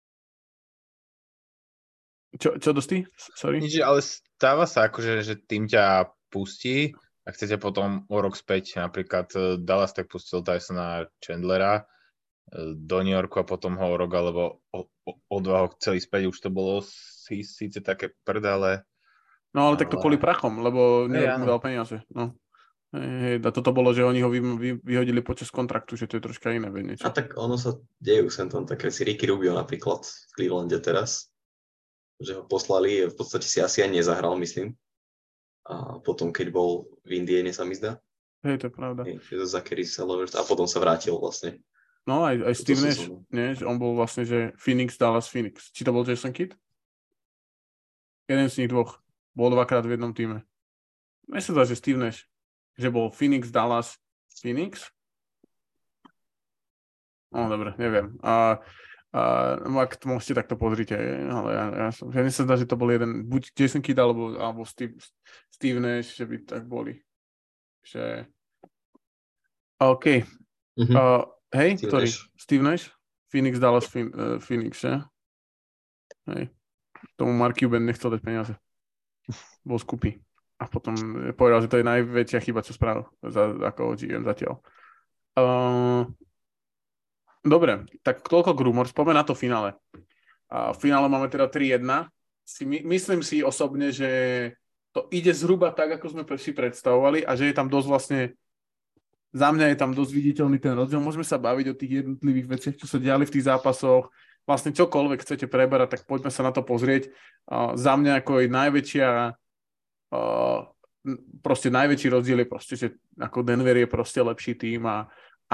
Čo dostí? Sorry? Nič, ale stáva sa akože, že tým ťa pustí a chcete potom o rok späť. Napríklad Dallas tak pustil Tysona Chandlera do New Yorku a potom ho o rok alebo o 2 ho chceli späť. Už to bolo síce také ale... No ale tak to kvôli prachom, lebo New York mu dal peniaze. No. Hej, a toto bolo, že oni ho vyhodili počas kontraktu, že to je troška iné. Niečo. A tak ono sa dejú sem tam také si Ricky Rubio napríklad v Clevelande teraz, že ho poslali, v podstate si asi ani nezahral, myslím. A potom, keď bol v Indiene, sa mi zdá. Hej, to je pravda. Je to Zachary Sellers a potom sa vrátil vlastne. No aj Steve Nash, nie? On bol vlastne, že Phoenix, Dallas, Phoenix. Či to bol Jason Kidd? Jeden z nich dvoch. Bol 2-krát v jednom týme. Myslím, že Steve Nash. Že bol Phoenix, Dallas, Phoenix. No, dobre, neviem. Ak to môžete, tak to pozrite. Ale ja sa zdá, že to bol jeden, buď Jason Kidd, alebo Steve Nash, že by tak boli. Že... OK. Mm-hmm. Hej, Steve ktorý? Nash. Steve Nash? Phoenix, Dallas, Phoenix, že? Hej. Tomu Mark Cuban nechcel dať peniaze. Bol skupý. A potom povedal, že to je najväčšia chyba, čo spravil ako GM zatiaľ. Dobre, tak toľko k rumors. Poďme na to finále. V finále máme teda 3-1. Myslím si osobne, že to ide zhruba tak, ako sme si predstavovali a že je tam dosť vlastne za mňa je tam dosť viditeľný ten rozdiel. Môžeme sa baviť o tých jednotlivých veciach, čo sa diali v tých zápasoch. Vlastne čokoľvek chcete preberať, tak poďme sa na to pozrieť. Za mňa ako je proste najväčší rozdiel je proste, že ako Denver je proste lepší tým a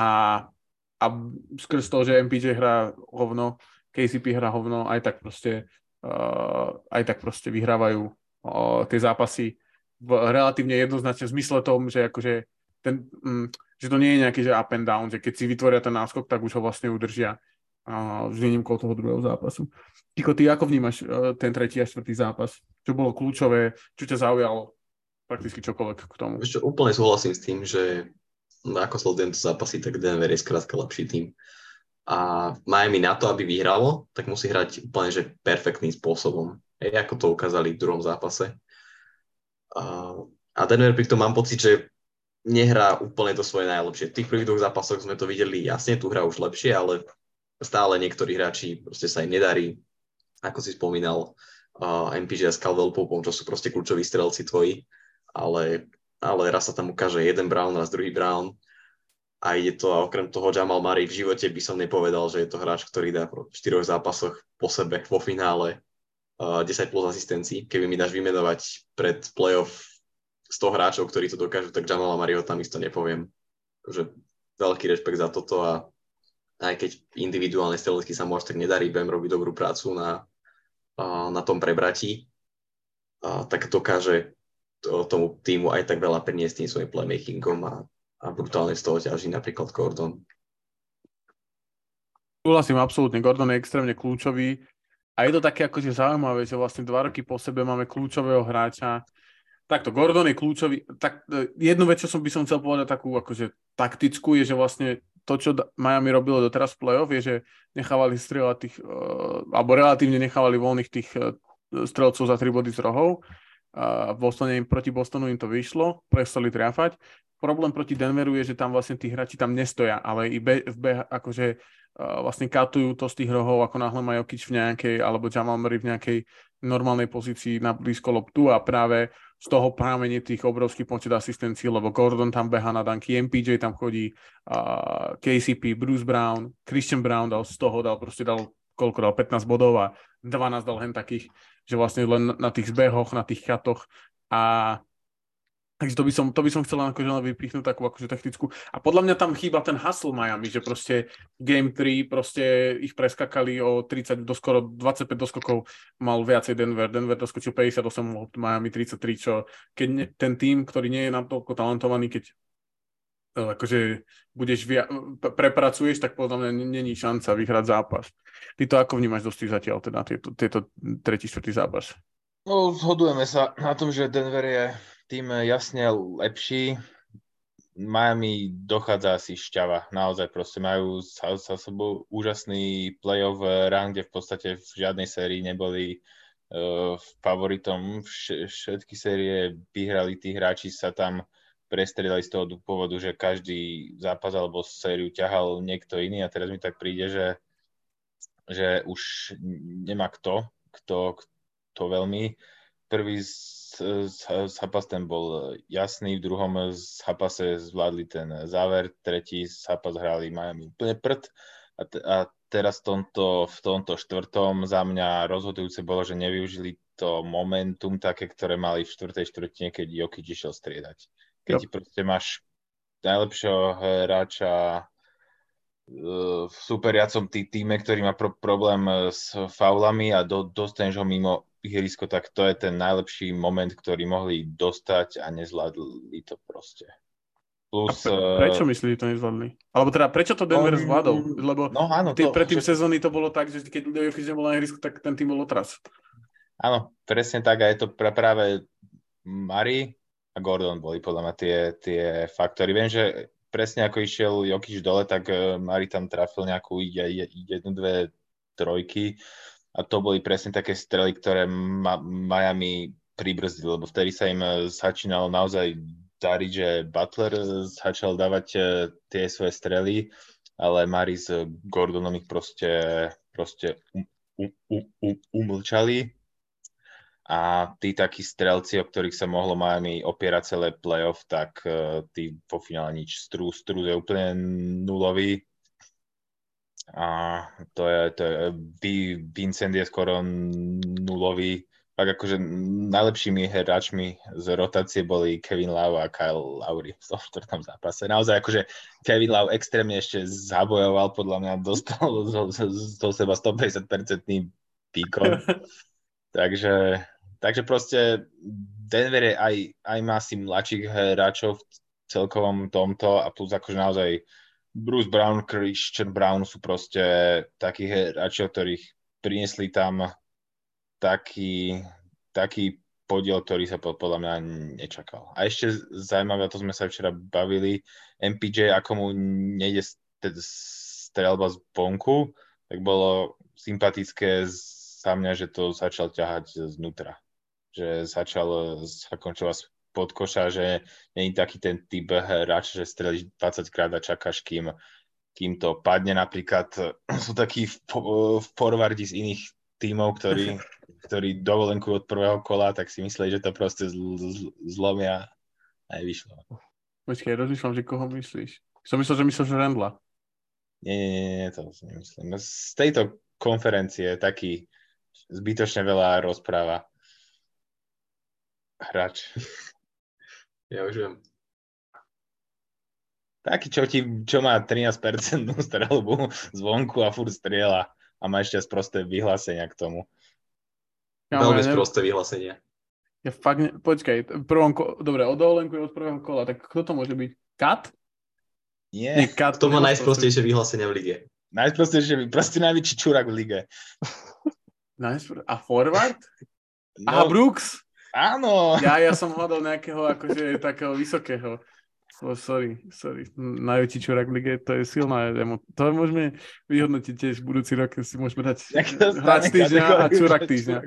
skrz toho, že MPJ hrá hovno, KCP hrá hovno, aj tak proste vyhrávajú tie zápasy v relatívne jednoznačne v zmysle tom, že akože že to nie je nejaký že up and down, že keď si vytvoria ten náskok, tak už ho vlastne udržia s výnimkou toho druhého zápasu. Tiko, ty ako vnímaš ten tretí a štvrtý zápas? Čo bolo kľúčové? Čo ťa zaujalo? Prakticky čokoľvek k tomu. Ešte úplne súhlasím s tým, že ako sledujem to zápasy, tak Denver je skrátka lepší tým. A Miami na to, aby vyhralo, tak musí hrať úplne že perfektným spôsobom. Ako to ukázali v druhom zápase. A Denver pri tom mám pocit, že nehrá úplne to svoje najlepšie. V tých prvých dvoch zápasoch sme to videli jasne, tu hrá už lepšie, ale stále niektorí hráči proste sa im nedarí. Ako si spomínal, MPJ a Caldwell Popom, čo sú proste kľúčoví strelci tvoji, ale raz sa tam ukáže jeden Brown, raz druhý Brown a ide to, a okrem toho Jamal Murray v živote by som nepovedal, že je to hráč, ktorý dá v 4 zápasoch po sebe vo finále 10 plus asistencií. Keby mi dáš vymenovať pred playoff 100 hráčov, ktorí to dokážu, tak Jamala Murrayho tam isto nepoviem. Takže veľký rešpekt za toto a aj keď individuálne strelecky sa mu až tak nedarí, Bam robí dobrú prácu na tom prebratí, tak dokáže tomu týmu aj tak veľa priniesť tým svojim playmakingom a brutálne z toho ťaží napríklad Gordon. Súhlasím, absolútne. Gordon je extrémne kľúčový a je to také akože zaujímavé, že vlastne 2 roky po sebe máme kľúčového hráča. Takto, Gordon je kľúčový. Tak, jednu vec, čo by som chcel povedať takú akože taktickú, je, že vlastne to, čo Miami robilo doteraz v play-off, je, že nechávali strieľať tých, alebo relatívne nechávali voľných tých strelcov za 3 body z rohov. Proti Bostonu im to vyšlo, prestali triafať. Problém proti Denveru je, že tam vlastne tí hráči tam nestoja, ale akože vlastne katujú to z tých rohov, ako náhle má Jokic v nejakej, alebo Jamal Murray v nejakej normálnej pozícii na blízko loptu a práve z toho prámenie tých obrovských počet asistencií, lebo Gordon tam beha na danky, MPJ tam chodí, KCP, Bruce Brown, Christian Brown dal koľko dal, 15 bodov a 12 dal hen takých, že vlastne len na tých zbehoch, na tých chatoch a takže to by som chcel akože vypichnúť takú akože technickú. A podľa mňa tam chýba ten hustle Miami, že proste Game 3 proste ich preskakali o 30 do skoro 25 doskokov mal viacej Denver. Denver doskočil 58, Miami 33, čo keď ten tým, ktorý nie je natoľko talentovaný, keď akože budeš prepracuješ, tak podľa mňa není šanca vyhrať zápas. Ty to ako vnímaš dosť zatiaľ, teda tieto tretí, štvrtý zápas? No, zhodujeme sa na tom, že Denver je tým jasne lepší. Miami dochádza asi šťava. Naozaj proste majú za sebou úžasný playoff run, kde v podstate v žiadnej sérii neboli favoritom. Všetky série vyhrali, tí hráči sa tam prestrelali z toho dôvodu, že každý zápas alebo sériu ťahal niekto iný a teraz mi tak príde, že už nemá kto veľmi. Prvý zápas ten bol jasný, v druhom zápase zvládli ten záver, tretí zápas hrali Miami úplne prd a teraz v tomto štvrtom za mňa rozhodujúce bolo, že nevyužili to momentum také, ktoré mali v štvrtej štvrtine, keď Jokic išiel striedať. Keď proste máš najlepšieho hráča v superiacom týme, ktorý má problém s faulami a dostaneš ho mimo ihrisko, tak to je ten najlepší moment, ktorý mohli dostať a nezvládli to proste. Plus, prečo myslíš, že to nezvládli? Alebo teda, prečo to Denver zvládol? Lebo áno, predtým sezóny to bolo tak, že keď Jokic nebol na ihrisku, tak ten tým bol otras. Áno, presne tak a je to práve Murray a Gordon boli podľa mňa tie faktory. Viem, že presne ako išiel Jokic dole, tak Murray tam trafil nejakú jednu, dve trojky a to boli presne také strely, ktoré Miami pribrzdili, lebo vtedy sa im začínalo naozaj dariť, že Butler začal dávať tie svoje strely, ale Murray s Gordonom ich proste umlčali. A tí takí strelci, o ktorých sa mohlo Miami opierať celé playoff, tak tí po finále nič. Strus je úplne nulový. A to je Vincent je skoro nulový. Tak akože najlepšími hráčmi z rotácie boli Kevin Love a Kyle Lowry v tom štvrtom zápase. Naozaj akože Kevin Love extrémne ešte zabojoval, podľa mňa dostal zo seba 150% výkon. Takže proste Denver je aj má si mladších hráčov v celkovom tomto a plus akože naozaj Bruce Brown, Christian Brown sú proste takí hráči, ktorých priniesli tam taký podiel, ktorý sa podľa mňa nečakal. A ešte zaujímavé, to sme sa včera bavili, MPJ, ako mu nejde strelba z bonku, tak bolo sympatické za mňa, že to začal ťahať znútra. Že začal zakončovať pod koša, že nie je taký ten typ hráč, že strelíš 20 krát a čakáš, kým to padne. Napríklad sú takí forwardi z iných tímov, ktorí dovolenkujú od prvého kola, tak si mysleli, že to proste zlomia a nevyšlo. Počkej, rozmýšľam, že koho myslíš. Som myslel, že Randla. Nie, to si nemyslím. Z tejto konferencie taký zbytočne veľa rozpráva hráč. Ja už viem. Taký, čo má 13% strelbu zvonku a furt strieľa a má ešte sprosté vyhlásenia k tomu. Veľmi sprosté vyhlásenia. Ja fakt počkaj, dobre, od dovolenku od prvého kola, tak kto to môže byť? Kat? Nie. Kat, to má najsprostejšie vyhlásenia v lige. Najsprostejšie, proste najväčší čurák v lige. A forward? No. Aha, Brooks? Áno. Ja som hľadal nejakého akože takého vysokého. Sorry. Najväčší čurák v lige, to je silná demo. To môžeme vyhodnotiť tiež v budúci rok, si môžeme dať hráč týždňa a čurák týždňa.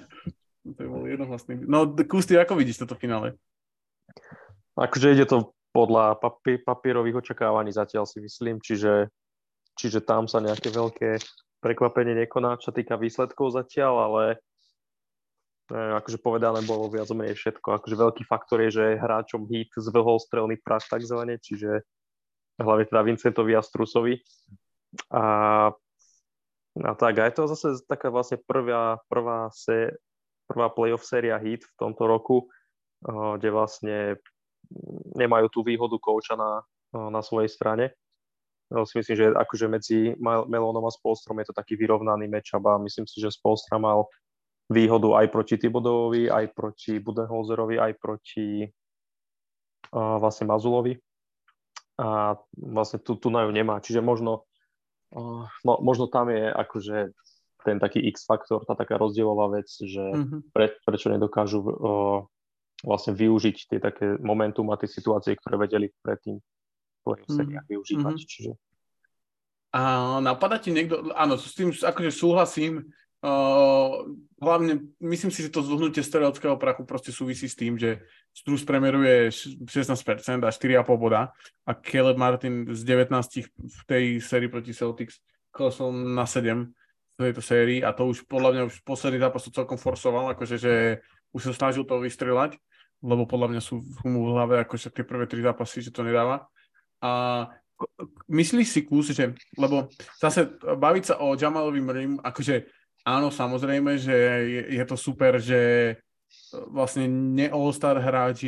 To je bol jednohlasný. No, Kusty, ako vidíš toto finále? Akože ide to podľa papierových očakávaní zatiaľ si myslím, čiže tam sa nejaké veľké prekvapenie nekoná, čo týka výsledkov zatiaľ, ale akože povedané bolo viac o menej všetko. Akože veľký faktor je, že hráčom Heat zvrhol strelný prach takzvané, čiže hlavne teda Vincentovi a Strusovi. A tak, a je to zase taká vlastne prvá playoff séria Heat v tomto roku, kde vlastne nemajú tú výhodu kouča na svojej strane. Si myslím, že akože medzi Melonom a Spoelstrom je to taký vyrovnaný matchup a myslím si, že Spoelstra mal výhodu aj proti Thibodeauovi, aj proti Budenholzerovi, aj proti vlastne Mazulovi. A vlastne tu na ju nemá. Čiže možno tam je akože ten taký X-faktor, tá taká rozdielová vec, že prečo nedokážu vlastne využiť tie také momentum a tie situácie, ktoré vedeli predtým v seriách využívať. Čiže... A napadá ti niekto, áno, s tým akože súhlasím, hlavne myslím si, že to zvuhnutie streleckého prachu proste súvisí s tým, že Strus premeruje 16% a 4,5 boda a Caleb Martin z 19 v tej sérii proti Celtics klesol na 7 v tejto sérii a to už podľa mňa už posledný zápas to celkom forsoval, akože že už sa snažil to vystrelať, lebo podľa mňa sú mu v hlave akože tie prvé 3 zápasy, že to nedáva. A myslíš si kus, že, lebo zase baviť sa o Jamalovi Murraymu, akože áno, samozrejme, že je to super, že vlastne ne-all-star hráč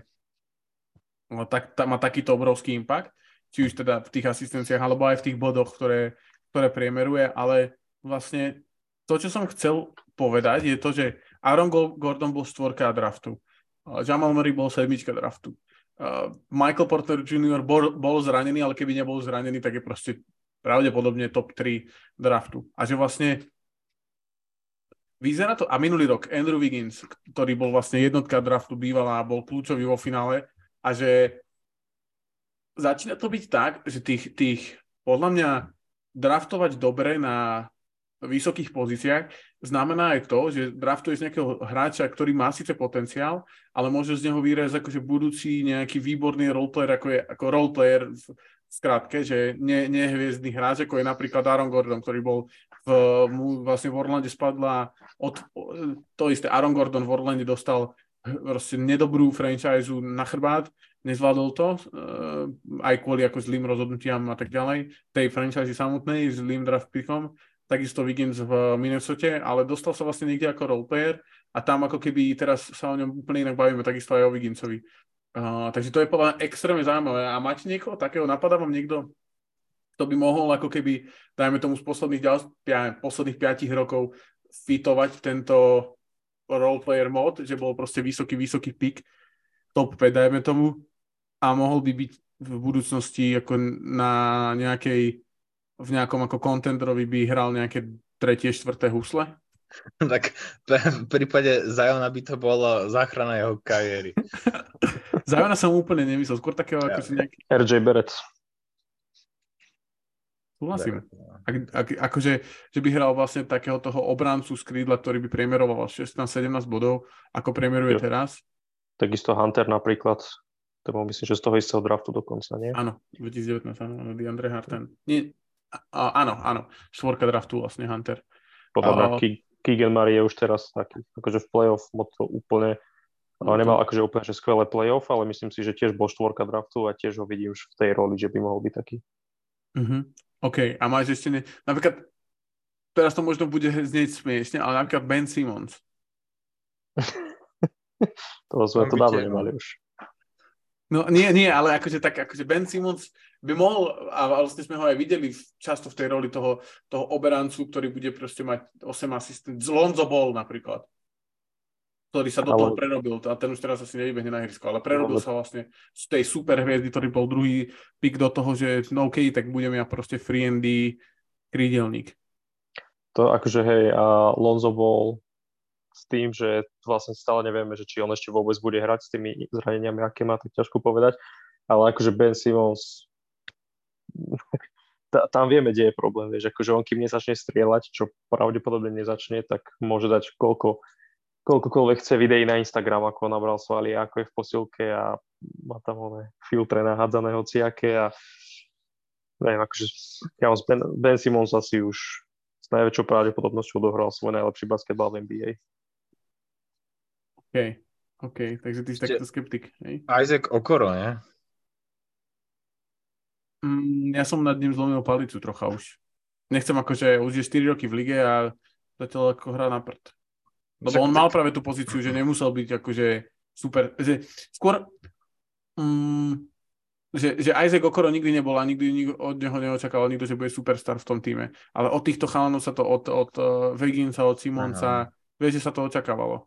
má takýto obrovský impact, či už teda v tých asistenciách, alebo aj v tých bodoch, ktoré priemeruje, ale vlastne to, čo som chcel povedať, je to, že Aaron Gordon bol 4 draftu, Jamal Murray bol 7 draftu, Michael Porter Jr. bol zranený, ale keby nebol zranený, tak je proste pravdepodobne top 3 draftu. A že vlastne vyzerá to, a minulý rok Andrew Wiggins, ktorý bol vlastne jednotka draftu bývalá, bol kľúčový vo finále a že začína to byť tak, že tých podľa mňa draftovať dobre na vysokých pozíciách znamená aj to, že draftuješ nejakého hráča, ktorý má síce potenciál, ale môže z neho výrazť akože budúci nejaký výborný roleplayer, ako roleplayer v skratke, že nie hviezdny hráč, ako je napríklad Aaron Gordon, ktorý bol vlastne v Orlande spadla to isté. Aaron Gordon v Orlande dostal proste nedobrú franchise na chrbát, nezvládol to, aj kvôli ako zlým rozhodnutiam a tak ďalej, tej franchise samotnej, zlým draft pickom, takisto Wiggins v Minnesota, ale dostal sa vlastne niekde ako roleplayer a tam ako keby teraz sa o ňom úplne inak bavíme, takisto aj o Wigginsovi. Takže to je podľa mňa extrémne zaujímavé. A máte niekoho takého, napadá vám niekto, kto by mohol ako keby, dajme tomu z posledných 5 rokov fitovať tento roleplayer mod, že bol proste vysoký pick, top 5, dajme tomu, a mohol by byť v budúcnosti ako na v nejakom ako contenderovi by hral nejaké 3., 4. husle? Tak v prípade Ziona by to bolo záchrana jeho kariéry. Ziona som úplne nemyslel, skôr takého ako si nejaký... RJ Barrett. Súhlasím. Akože, že by hral vlastne takého toho obrancu z krídla, ktorý by priemeroval 16-17 bodov, ako priemeruje teraz. Takisto Hunter napríklad. To bol myslím, že z toho istého draftu dokonca, nie? Áno, 2019, áno, DeAndre Harden. Nie, áno, 4 draftu vlastne Hunter. Podľa mňa Keegan Murray je už teraz taký, akože v playoff moc to úplne, nemal akože úplne že skvelé playoff, ale myslím si, že tiež bol 4 draftu a tiež ho vidím už v tej roli, že by mohol byť taký. OK, a máš ešte napríklad, teraz to možno bude znieť smiešne, ale napríklad Ben Simmons. To sme to dávno nemali už. No nie, ale akože Ben Simmons by mohol, a vlastne sme ho aj videli často v tej roli toho oberancu, ktorý bude proste mať 8 asistent. Lonzo Ball napríklad, ktorý sa do toho prerobil, a ten už teraz asi nevybehne na ihrisko, ale prerobil sa vlastne z tej super hviezdy, ktorý bol druhý pick do toho, že no OK, tak budem ja proste free and krídelník. To akože hej, a Lonzo Ball s tým, že vlastne stále nevieme, že či on ešte vôbec bude hrať s tými zraneniami, aké má, tak ťažko povedať. Ale akože Ben Simmons, tam vieme, kde je problém. Vieš, akože on kým nezačne strieľať, čo pravdepodobne nezačne, tak môže dať koľko koľkokoľvek chce videí na Instagram, ako nabral svaly, ako je v posilke a má tam filtre nahádzané hociaké a neviem, akože Ben Simmons asi už s najväčšou pravdepodobnosťou dohral svoj najlepší basketbal v NBA. OK, takže ty si takýto skeptik, hej? Isaac Okoro, ne? Ja som nad ním zlomil palicu trocha už. Nechcem akože, už je 4 roky v lige a zatiaľ ako hrá na prd. Lebo on mal práve tú pozíciu, že nemusel byť akože super, že skôr že Isaac Okoro nikdy nebol a nikdy od neho neočakával nikto, že bude superstar v tom týme. Ale od týchto chalanov sa to od Wigginsa, od Simonsa, vieš, že sa to očakávalo.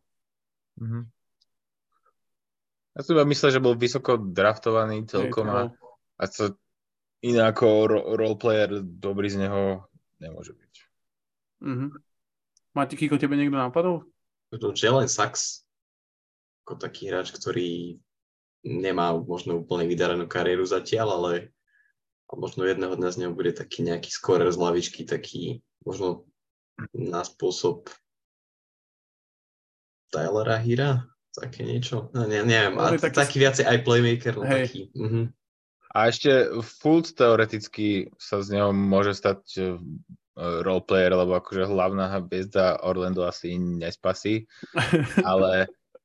Ja som myslel, že bol vysoko draftovaný celkom a to iné ako roleplayer dobrý z neho nemôže byť. Máte, Kiko, tebe niekto napadol? Jalen Sachs, ako taký hráč, ktorý nemá možno úplne vydarenú kariéru zatiaľ, ale možno jedného dňa z neho bude taký nejaký scorer z lavičky, taký možno na spôsob Tylera Hira, také niečo. No, neviem, ale taký viacej aj playmaker, no taký. A ešte Fultz teoreticky sa z neho môže stať roleplayer, lebo akože hlavná hviezda Orlando asi nespasí, ale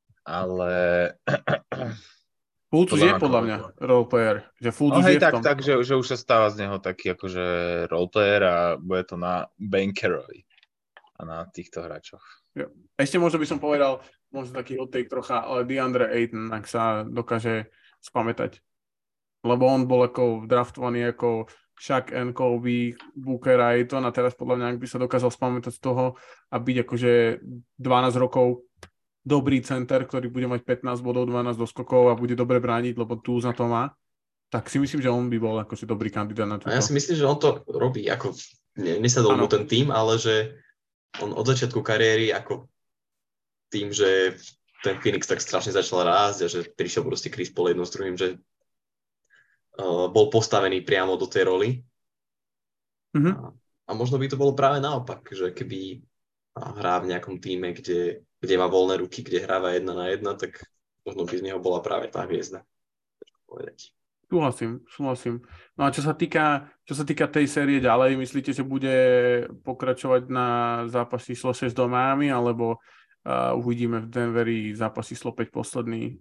Fultz už je podľa mňa roleplayer, že Fultz už je v tom. Takže že už sa stáva z neho taký akože roleplayer a bude to na bankerovi a na týchto hráčoch. Jo. Ešte možno by som povedal, možno taký hot-take trocha, ale DeAndre Ayton, ak sa dokáže spamätať. Lebo on bol ako draftovaný ako Shaq and Kobe, Booker a Ayton a teraz podľa mňa, ak by sa dokázal spamätať z toho a byť akože 12 rokov dobrý center, ktorý bude mať 15 bodov, 12 doskokov a bude dobre brániť, lebo tu na to má, tak si myslím, že on by bol akože dobrý kandidát na túto. A ja si myslím, že on to robí, ako nesadol mu ten tým, ale že on od začiatku kariéry ako tým, že ten Phoenix tak strašne začal rásť a že prišiel proste Chris Paul jedno s druhým, že bol postavený priamo do tej roli. A možno by to bolo práve naopak, že keby hrá v nejakom týme, kde má voľné ruky, kde hráva 1-1, tak možno by z neho bola práve tá hviezda. Súhlasím. No a čo sa týka tej série ďalej, myslíte, že bude pokračovať na zápas číslo 6 do Miami, alebo uvidíme v Denveri zápas číslo 5 posledný?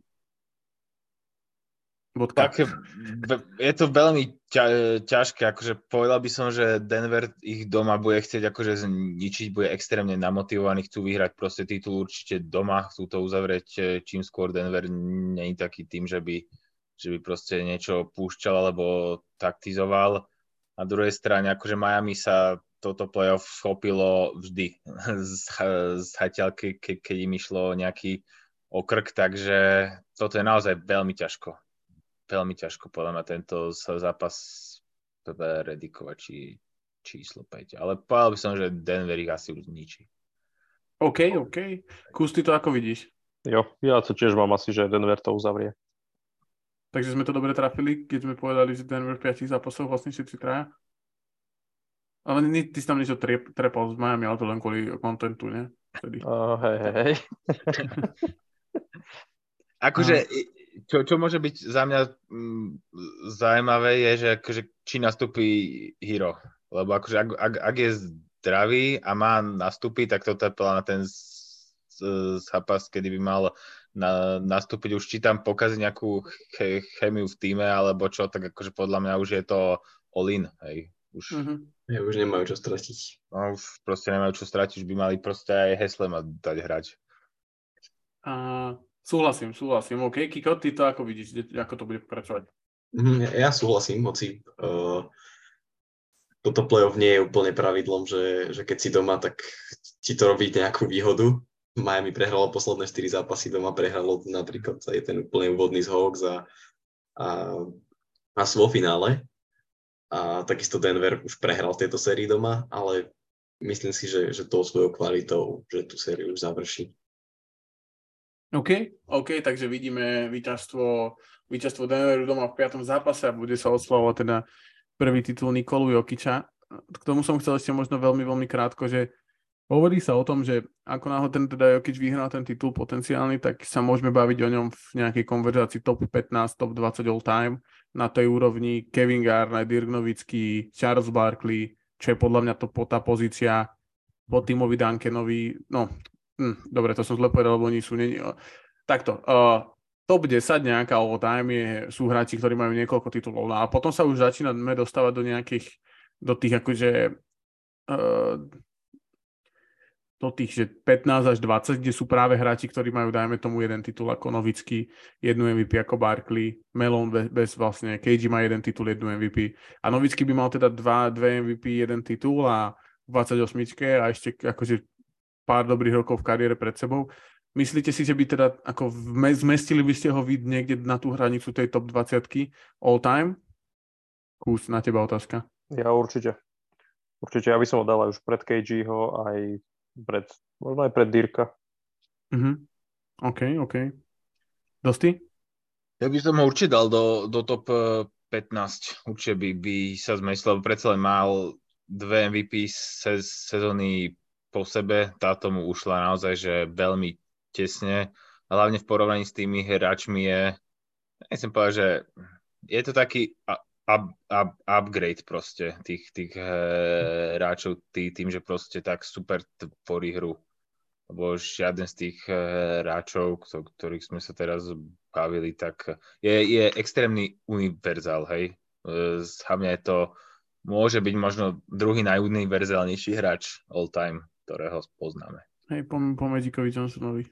Tak je to veľmi ťažké, akože povedal by som, že Denver ich doma bude chcieť akože zničiť, bude extrémne namotivovaný, chcú vyhrať proste titul určite doma, chcú to uzavrieť čím skôr. Denver nie je taký tým, že by proste niečo púšťal alebo taktizoval. Na druhej strane, akože Miami sa toto playoff schopilo vždy z hatiaľky, keď im išlo nejaký okrk, takže toto je naozaj veľmi ťažko podľa mňa tento zápas predikovať číslo 5. Ale povedal by som, že Denver ich asi už zničí. OK. Kus, ty to ako vidíš? Jo, ja to tiež mám asi, že Denver to uzavrie. Takže sme to dobre trafili, keď sme povedali, že Denver v 5 zápasoch vlastne všetci traja? Ale ty si tam niečo trepal z Miami, ale to len kvôli kontentu, ne? Hej. Akože, čo môže byť za mňa zaujímavé je, že akože, či nastúpi Hero. Lebo akože, ak je zdravý a má nastúpiť, tak toto je na ten zápas, kedy by mal nastúpiť. Už či tam pokazí nejakú chemiu v týme, alebo čo, tak akože podľa mňa už je to all-in. Hej. Už nemajú čo stratiť. No, už proste nemajú čo stratiť, už by mali proste aj Heslema dať hrať. Súhlasím. OK, Kiko, ty to ako vidíš? Ako to bude pokračovať? Ja súhlasím, hoci toto playoff nie je úplne pravidlom, že keď si doma, tak ti to robí nejakú výhodu. Miami prehralo posledné 4 zápasy, doma prehralo napríklad aj ten úplne úvodný z Hawks a vo finále. A takisto Denver už prehral v tejto sérii doma, ale myslím si, že tou svojou kvalitou, že tú sériu už završí. OK, takže vidíme víťazstvo Denveru doma v 5. zápase a bude sa oslavovať teda prvý titul Nikolu Jokića. K tomu som chcel ešte možno veľmi, veľmi krátko, že Hovorí sa o tom, že ako náhle ten teda Jokic vyhral ten titul potenciálny, tak sa môžeme baviť o ňom v nejakej konverzácii top 15, top 20 all time na tej úrovni Kevin Garnett, Dirk Nowitzki, Charles Barkley, čo je podľa mňa tá pozícia po Timovi Duncanovi. No, dobre, to som zle povedal, lebo oni sú... Takto, top 10 nejaká all time sú hráči, ktorí majú niekoľko titulov. No a potom sa už začíname dostávať do tých akože do tých, že 15 až 20, kde sú práve hráči, ktorí majú, dajme tomu, jeden titul ako Nowitzki, jednu MVP ako Barkley, Melon bez vlastne, KG má jeden titul, jednu MVP. A Nowitzki by mal teda dve MVP, jeden titul a 28 a ešte akože pár dobrých rokov v kariére pred sebou. Myslíte si, že by teda ako zmestili by ste ho niekde na tú hranicu tej top 20 all time? Kús, na teba otázka. Ja určite. Určite, ja by som ho dal aj už pred KGho, možno aj pred Dirka. OK. Dosti? Ja by som ho určite dal do top 15. Určite by sa zmestil, lebo predsa len mal 2 MVP sezóny po sebe. Táto mu ušla naozaj, že veľmi tesne. A hlavne v porovnaní s tými hráčmi nechcem povedať, že je to taký upgrade proste tých hráčov tým, že proste tak super tvorí hru. Lebo žiaden z tých hráčov, ktorých sme sa teraz bavili, tak je extrémny univerzál, hej. Hlavne to môže byť možno druhý najuniverzálnejší hráč all time, ktorého poznáme. Hej, po Magikovi Johnsonovi.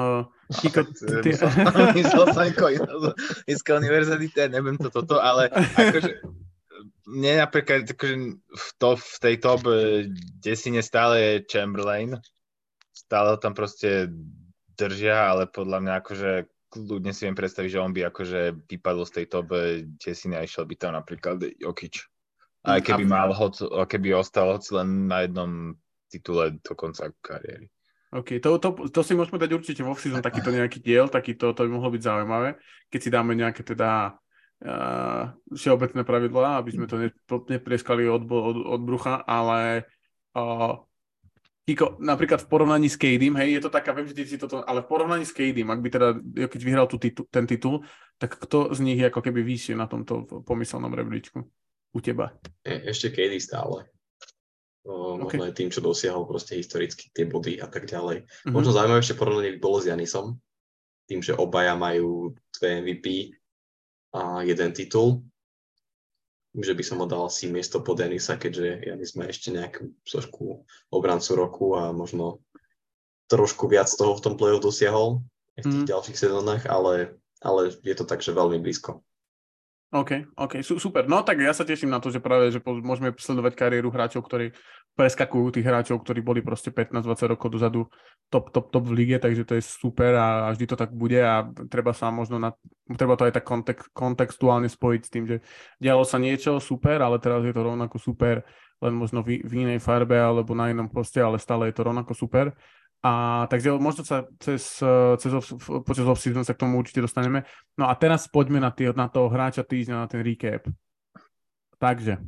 Myslel som dneska univerzity, neviem toto, ale akože mne napríklad akože v tej top 10 stále je Chamberlain, stále ho tam proste držia, ale podľa mňa akože kľudne si viem predstaviť, že on by akože vypadol z tej top 10 a išiel by tam napríklad Jokic. Aj keby ostal hoci len na jednom titule do konca kariéry. OK, to si môžeme dať určite vo off-season, takýto nejaký diel, to by mohlo byť zaujímavé, keď si dáme nejaké teda všeobecné pravidlá, aby sme to neprieskali od brucha, ale Kiko, napríklad v porovnaní s KDym, hej, je to taká, viem, že si toto, ale v porovnaní s KDym, ak by teda Jokic vyhral ten titul, tak kto z nich je ako keby vyššie na tomto pomyselnom rebríčku u teba? Ešte KD stále. Možno aj tým, čo dosiahol proste historicky tie body a tak ďalej. Možno zaujímavejšie porovnanie by bolo s Giannisom, tým, že obaja majú 2 MVP a jeden titul. Že by som ho dal asi miesto po Giannisa, keďže Giannis má ešte nejakú trošku obrancu roku a možno trošku viac toho v tom play-off dosiahol v tých ďalších sezónach, ale je to tak, že veľmi blízko. OK, super. No tak ja sa teším na to, že práve, že môžeme sledovať kariéru hráčov, ktorí preskakujú tých hráčov, ktorí boli proste 15-20 rokov dozadu top v lige, takže to je super a vždy to tak bude a treba to aj tak kontextuálne spojiť s tým, že dialo sa niečo super, ale teraz je to rovnako super, len možno v inej farbe alebo na inom poste, ale stále je to rovnako super. A takže možno sa počas off-season sa k tomu určite dostaneme. No a teraz poďme na toho hráča týždňa, na ten recap. Takže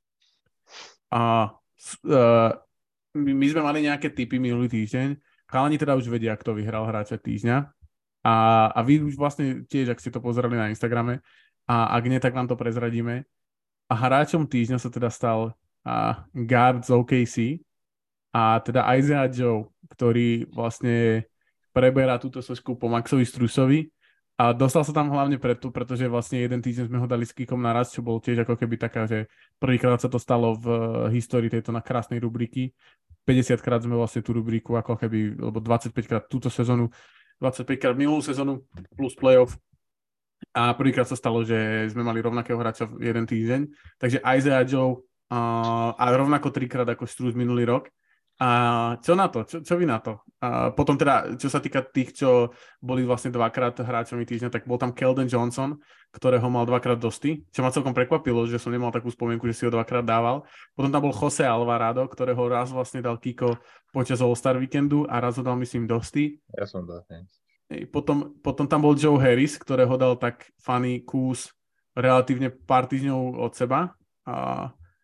my sme mali nejaké tipy minulý týždeň. Chalani teda už vedia, kto vyhral hráča týždňa. A vy už vlastne tiež, ak ste to pozerali na Instagrame, a ak nie, tak vám to prezradíme. A hráčom týždňa sa teda stal guard z OKC, a teda Isaiah Joe, ktorý vlastne preberá túto sošku po Maxovi Strusovi a dostal sa tam hlavne preto, pretože vlastne jeden týždeň sme ho dali s Kikom naraz, čo bol tiež ako keby taká, že prvýkrát sa to stalo v histórii tejto na krásnej rubriky. 50 krát sme vlastne tú rubriku ako keby, alebo 25 krát túto sezónu, 25 krát minulú sezónu plus playoff. A prvýkrát sa stalo, že sme mali rovnakého hráča v jeden týždeň. Takže Isaiah Joe a rovnako 3-krát ako Strus minulý rok. A čo na to? Čo vy na to? A potom teda, čo sa týka tých, čo boli vlastne 2-krát hráčami týždňa, tak bol tam Keldon Johnson, ktorého mal 2-krát Dosti, čo ma celkom prekvapilo, že som nemal takú spomienku, že si ho 2-krát dával. Potom tam bol Jose Alvarado, ktorého raz vlastne dal Kiko počas All-Star víkendu a raz ho dal, myslím, Dosti. Ja som dal. Potom tam bol Joe Harris, ktorého dal tak funny kús relatívne pár týždňov od seba.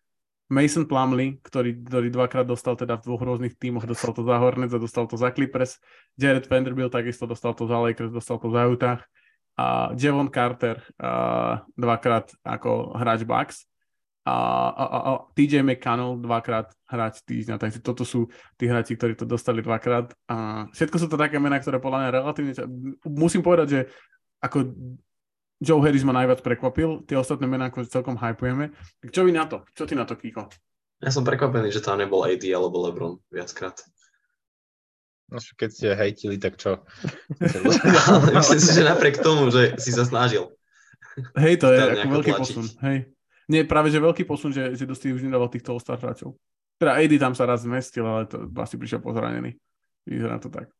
Mason Plumlee, ktorý dvakrát dostal teda v dvoch rôznych tímoch, dostal to za Hornets a dostal to za Clippers. Jared Vanderbilt takisto dostal to za Lakers, dostal to za Utah. A Javon Carter dvakrát ako hráč Bucks. A TJ McConnell dvakrát hráč týždňa. Takže toto sú tí hráči, ktorí to dostali dvakrát. A všetko sú to také mená, ktoré podľa mňa relatívne... Musím povedať, že ako Joe Harris ma najviac prekvapil, tie ostatné mená ako celkom hypujeme. Tak čo vy na to? Čo ty na to, Kiko? Ja som prekvapený, že tam nebol AD alebo LeBron viackrát. No, keď ste hejtili, tak čo? Myslím si, že napriek tomu, že si sa snažil. Hej, to je ako veľký posun. Hej. Nie, práve že veľký posun, že dosť už nedával týchto All-Star hráčov. Teda AD tam sa raz zmestil, ale to asi prišiel pozranený. Vyzerá to tak.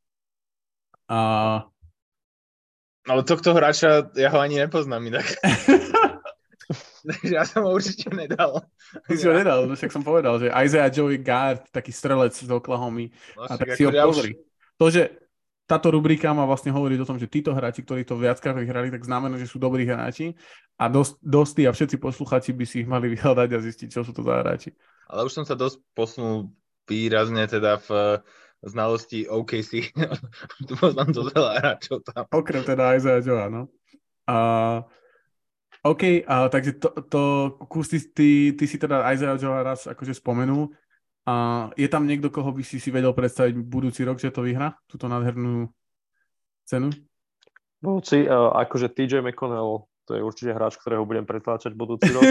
Ale tohto hráča, ja ho ani nepoznám inak. Takže ja som ho určite nedal. Ty si ho nedal, však som povedal, že Isaiah Joey Guard, taký strelec z Oklahomy. No, a tak si ho pozri. To, že táto rubrika má vlastne hovoriť o tom, že títo hráči, ktorí to viackrát vyhrali, tak znamená, že sú dobrí hráči a dosť a všetci posluchači by si ich mali vyhľadať a zistiť, čo sú to za hráči. Ale už som sa dosť posunul výrazne teda v znalosti OKC. Poznám to veľa hráčov tam. Okrem teda Isaiah Joea, no. OK, takže Kus, ty si teda Isaiah Joea raz akože spomenul. Je tam niekto, koho by si vedel predstaviť budúci rok, že to vyhrá? Túto nádhernú cenu? Budúci, akože TJ McConnell, to je určite hráč, ktorého budem pretláčať budúci rok.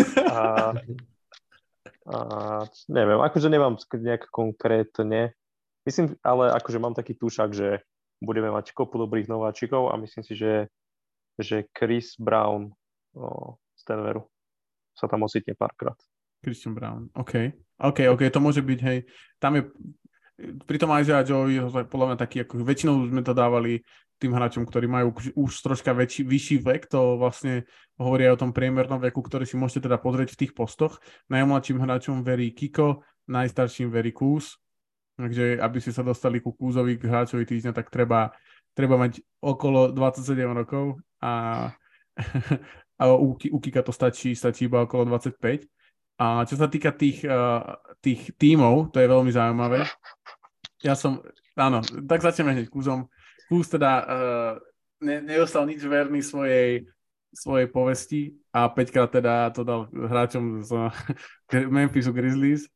Neviem, akože nemám nejak konkrétne. Myslím, ale akože mám taký tušak, že budeme mať kopu dobrých nováčikov a myslím si, že Chris Brown z Denveru sa tam ocitne párkrát. Christian Brown, OK, to môže byť, hej. Tam je, pri tom Isaiah Joe podľa mňa taký, ako väčšinou sme to dávali tým hráčom, ktorí majú už troška vyšší vek, to vlastne hovorí aj o tom priemernom veku, ktorý si môžete teda pozrieť v tých postoch. Najmladším hráčom verí Kiko, najstarším verí Kus. Takže aby ste sa dostali ku Kúzovi, k hráčovi týždňa, tak treba mať okolo 27 rokov a u Kika to stačí iba okolo 25. A čo sa týka tých tímov, to je veľmi zaujímavé. Áno, tak začneme hneď Kúzom. Kúz teda nedostal nič verný svojej povesti a 5-krát teda to dal hráčom z Memphisu Grizzlies.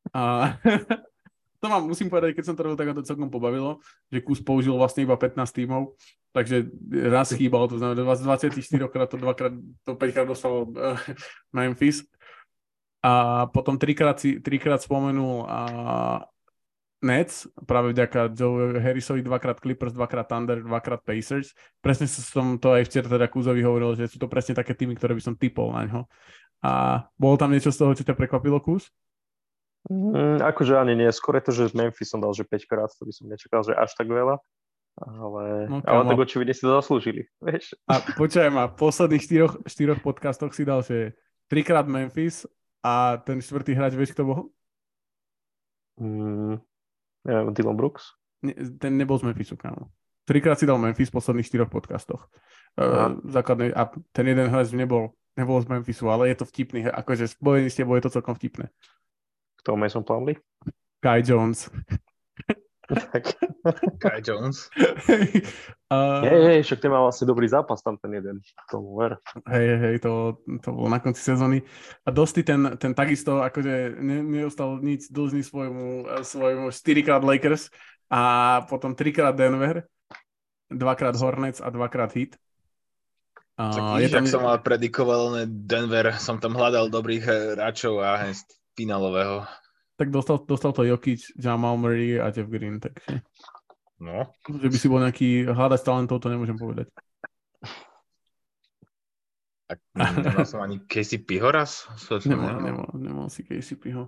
To vám musím povedať, keď som to robil, tak ma to celkom pobavilo, že Kus použil vlastne iba 15 tímov, takže raz chýbalo, to znamená, 24 krát to 5-krát dostal Memphis. A potom 3-krát spomenul Nets, práve vďaka Joe Harrisovi, 2-krát Clippers, 2-krát Thunder, 2-krát Pacers. Presne som to aj včera teda Kuzovi hovoril, že sú to presne také týmy, ktoré by som typol na ňo. A bolo tam niečo z toho, čo ťa prekvapilo, Kus? Akože ani nie, skôr je to, že Memphis som dal, že 5 krát, to by som nečakal, že až tak veľa, ale tak očividne si to zaslúžili, vieš. A počkaj ma, v posledných 4 podcastoch si dal, že 3-krát Memphis a ten 4. hráč, vieš, kto bol? Neviem, Dylan Brooks? Ten nebol z Memphisu, kámo. 3-krát si dal Memphis v posledných 4 podcastoch. Základný, a ten jeden hráč nebol z Memphisu, ale je to vtipný, akože spojení s tebou je to celkom vtipné. Kto, Mason Plumlee? Kai Jones. Kai Jones. Hej, však ten mal asi dobrý zápas tam ten jeden. Tomu ver. Hej, to bolo na konci sezóny. A Dosti ten takisto akože neostal nič dlžný svojmu 4-krát Lakers a potom 3-krát Denver, 2-krát Hornets a 2-krát Heat. Tak som mal predikoval Denver, som tam hľadal dobrých hráčov a finálového. Tak dostal to Jokic, Jamal Murray a Jeff Green, takže... No. Že by si bol nejaký hľadač talentov, to nemôžem povedať. Nemal som ani KCP-ho raz? Nemal si KCP-ho.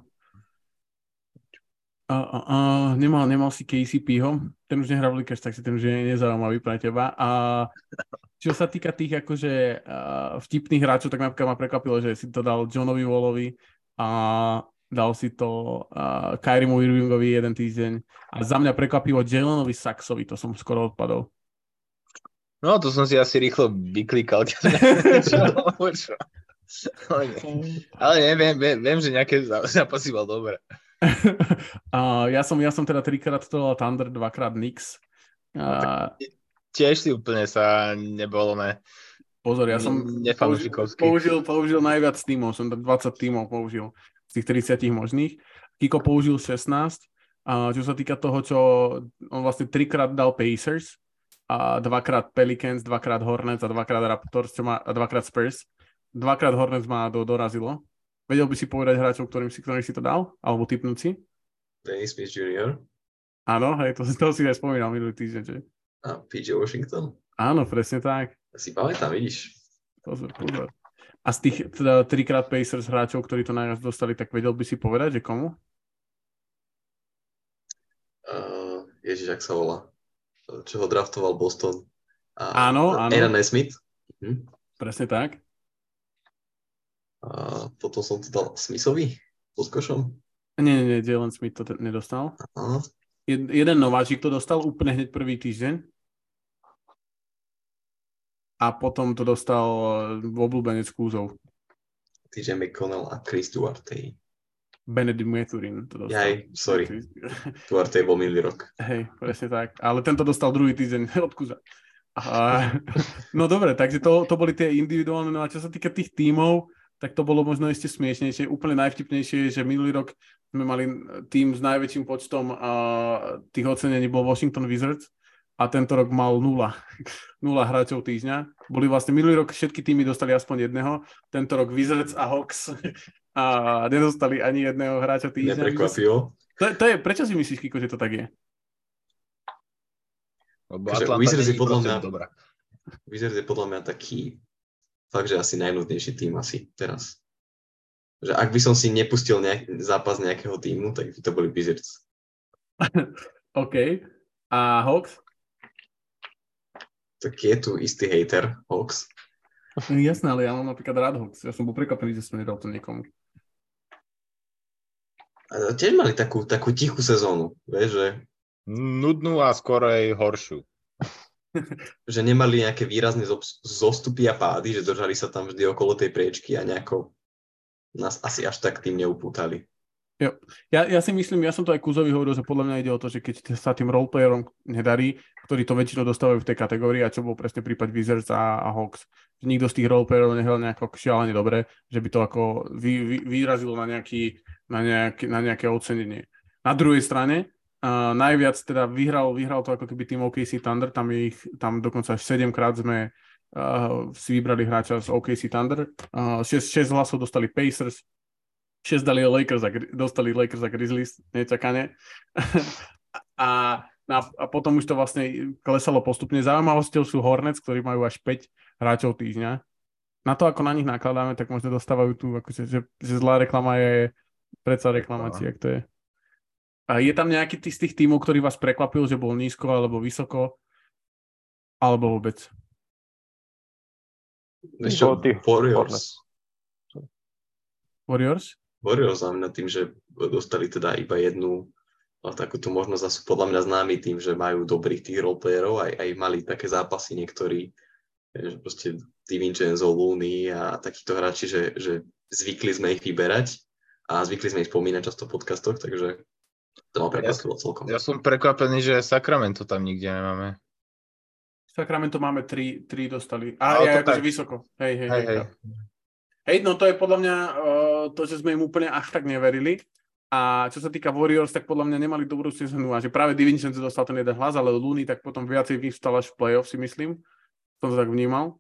Nemal si KCP-ho. Ten už nehrá v Lakers, tak si ten už je nezaujímavý pre teba. A čo sa týka tých akože vtipných hráčov, tak napríklad ma prekvapilo, že si to dal Johnovi Wallovi a dal si to Kyriemu Irvingovi jeden týždeň a za mňa prekvapilo Jalenovi Saxovi, to som skoro odpadol. No, to som si asi rýchlo vyklikal. Ale neviem, viem, že nejaké zápasy mal dobré. Ja som teda 3-krát to Thunder, 2-krát Knicks. Tiež si úplne sa nebolo, ne? Pozor, ja som použil najviac tímov, som 20 tímov použil z tých 30 možných. Kiko použil 16. Čo sa týka toho, čo on vlastne 3-krát dal Pacers, a 2-krát Pelicans, 2-krát Hornets a 2-krát Raptors, a 2-krát Spurs. 2-krát Hornets ma dorazilo. Vedel by si povedať hráčov, ktorým si to dal? Alebo tipnúť si? Dennis Smith Jr. Áno, hej, to si aj spomínal minulý týždeň, že? A PJ Washington. Áno, presne tak. Ja si pamätám, vidíš. Pozor. A z tých teda 3-krát Pacers hráčov, ktorí to najviac dostali, tak vedel by si povedať, že komu? Ježiš, ak sa volá. Čo ho draftoval Boston. Áno. Aaron Nesmith. Presne tak. A potom som to dal Smithovi pod košom. Nie, Jalen Smith to nedostal. Aha. Jeden nováčik to dostal úplne hneď prvý týždeň. A potom to dostal obľúbenec kúzov. TJ McConnell a Chris Duarte. Benedict Mathurin to dostal. Sorry. Duarte bol minulý rok. Hej, presne tak. Ale tento dostal druhý týždeň od kúza. No dobre, takže to boli tie individuálne. No a čo sa týka tých tímov, tak to bolo možno ešte smiešnejšie. Úplne najvtipnejšie je, že minulý rok sme mali tým s najväčším počtom tých ocenení bol Washington Wizards a tento rok mal 0 hráčov týždňa. Boli vlastne minulý rok všetky týmy dostali aspoň jedného, tento rok Wizards a Hawks a nedostali ani jedného hráča týždňa. Neprekvapilo. To je, prečo si myslíš, Kiko, že to tak je? Lebo Wizards je podľa mňa dobrá. Wizards je podľa mňa taký fakt, že asi najnudnejší tým asi teraz. Že ak by som si nepustil zápas nejakého týmu, tak by to boli Wizards. OK. A Hawks? Tak je tu istý hater Hawks. Jasné, ale ja mám napríklad rád Hawks. Ja som bol prekvapený, že som nedal to niekomu. A tiež mali takú tichú sezónu, vieš, že... Nudnú a skorej horšiu. Že nemali nejaké výrazné zostupy a pády, že držali sa tam vždy okolo tej priečky a nejako nás asi až tak tým neupútali. Jo. Ja si myslím, ja som to aj Kuzovi hovoril, že podľa mňa ide o to, že keď sa tým roleplayerom nedarí, ktorí to väčšinou dostávajú v tej kategórii, a čo bol presne prípad Wizards a Hawks, že nikto z tých roleplayerov nehral nejako šialene dobre, že by to ako vyrazilo na nejaké ocenenie. Na druhej strane, najviac teda vyhral to ako keby tým OKC Thunder, tam dokonca až 7-krát sme si vybrali hráča z OKC Thunder, 6 hlasov dostali Pacers, 6 dostali Lakers a Grizzlies, nečakane. a potom už to vlastne klesalo postupne. Zaujímavosťou sú Hornets, ktorí majú až 5 hráčov týždňa. Na to, ako na nich nakladáme, tak možno dostávajú tu, akože, že zlá reklama je predsa reklamácia, ak to je. A je tam nejaký z tých tímov, ktorý vás prekvapil, že bol nízko alebo vysoko? Alebo vôbec? Warriors. Warriors za mňa tým, že dostali teda iba jednu takúto možnosť, a sú podľa mňa známi tým, že majú dobrých tých roleplayerov, aj mali také zápasy niektorí, že proste DiVincenzo, Looney a takíto hráči, že zvykli sme ich vyberať a zvykli sme ich spomínať často v podcastoch, takže to ma prekvapilo celkom. Ja som prekvapený, že Sacramento tam nikde nemáme. Sacramento máme 3 dostali. Akože vysoko. Hej, no to je podľa mňa to, že sme im úplne až tak neverili. A čo sa týka Warriors, tak podľa mňa nemali dobrú sezónu. A že práve DiVincenzo dostal ten jeden hlas, ale Looney tak potom viacej vyvstal až v play-off, si myslím. Som to tak vnímal.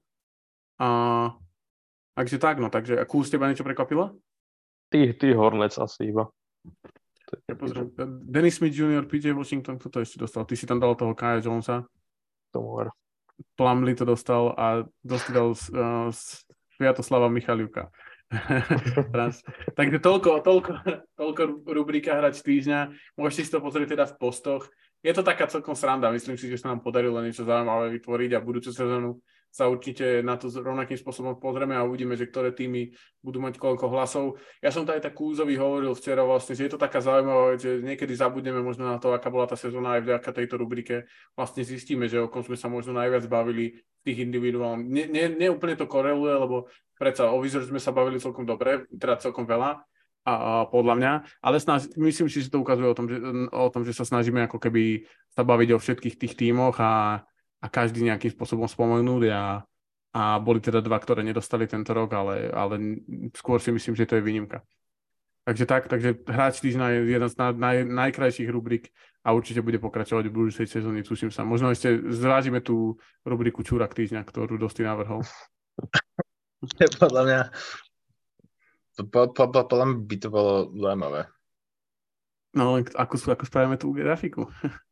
Takže tak, no. Takže, a Kús, teba niečo prekvapilo? Tí Hornets asi iba. Ja pozriem. Dennis Smith Jr., PJ Washington, kto to ešte dostal? Ty si tam dal toho Kaya Jonesa. Plumlee to dostal a dostal Sviatoslava Michaliuka. Takže toľko rubrika Hráč týždňa. Môžete si to pozrieť teda v postoch. Je to taká celkom sranda. Myslím si, že sa nám podarilo niečo zaujímavé vytvoriť a budúcu sezónu sa určite na to rovnakým spôsobom pozrieme a uvidíme, že ktoré týmy budú mať koľko hlasov. Ja som to aj tak Kúzovi hovoril včera vlastne, že je to taká zaujímavá vec, že niekedy zabudneme možno na to, aká bola tá sezóna aj vďaka tejto rubrike. Vlastne zistíme, že o kom sme sa možno najviac bavili v tých individuálnych. Nie úplne to koreluje, lebo predsa o Wizards sme sa bavili celkom dobre, teda celkom veľa. A podľa mňa, ale myslím si, že to ukazuje o tom, že sa snažíme ako keby sa baviť o všetkých tých tímoch a každý nejakým spôsobom spomenúť a boli teda dva, ktoré nedostali tento rok, ale skôr si myslím, že to je výnimka. Takže hráč týždňa je jeden z najkrajších rubrik a určite bude pokračovať v budúcej sezóne, tuším sa. Možno ešte zvážime tú rubriku Čurak týždňa, ktorú Dosti navrhol. Podľa mňa podľa mňa by to bolo zaujímavé. No len ako spravíme tú grafiku?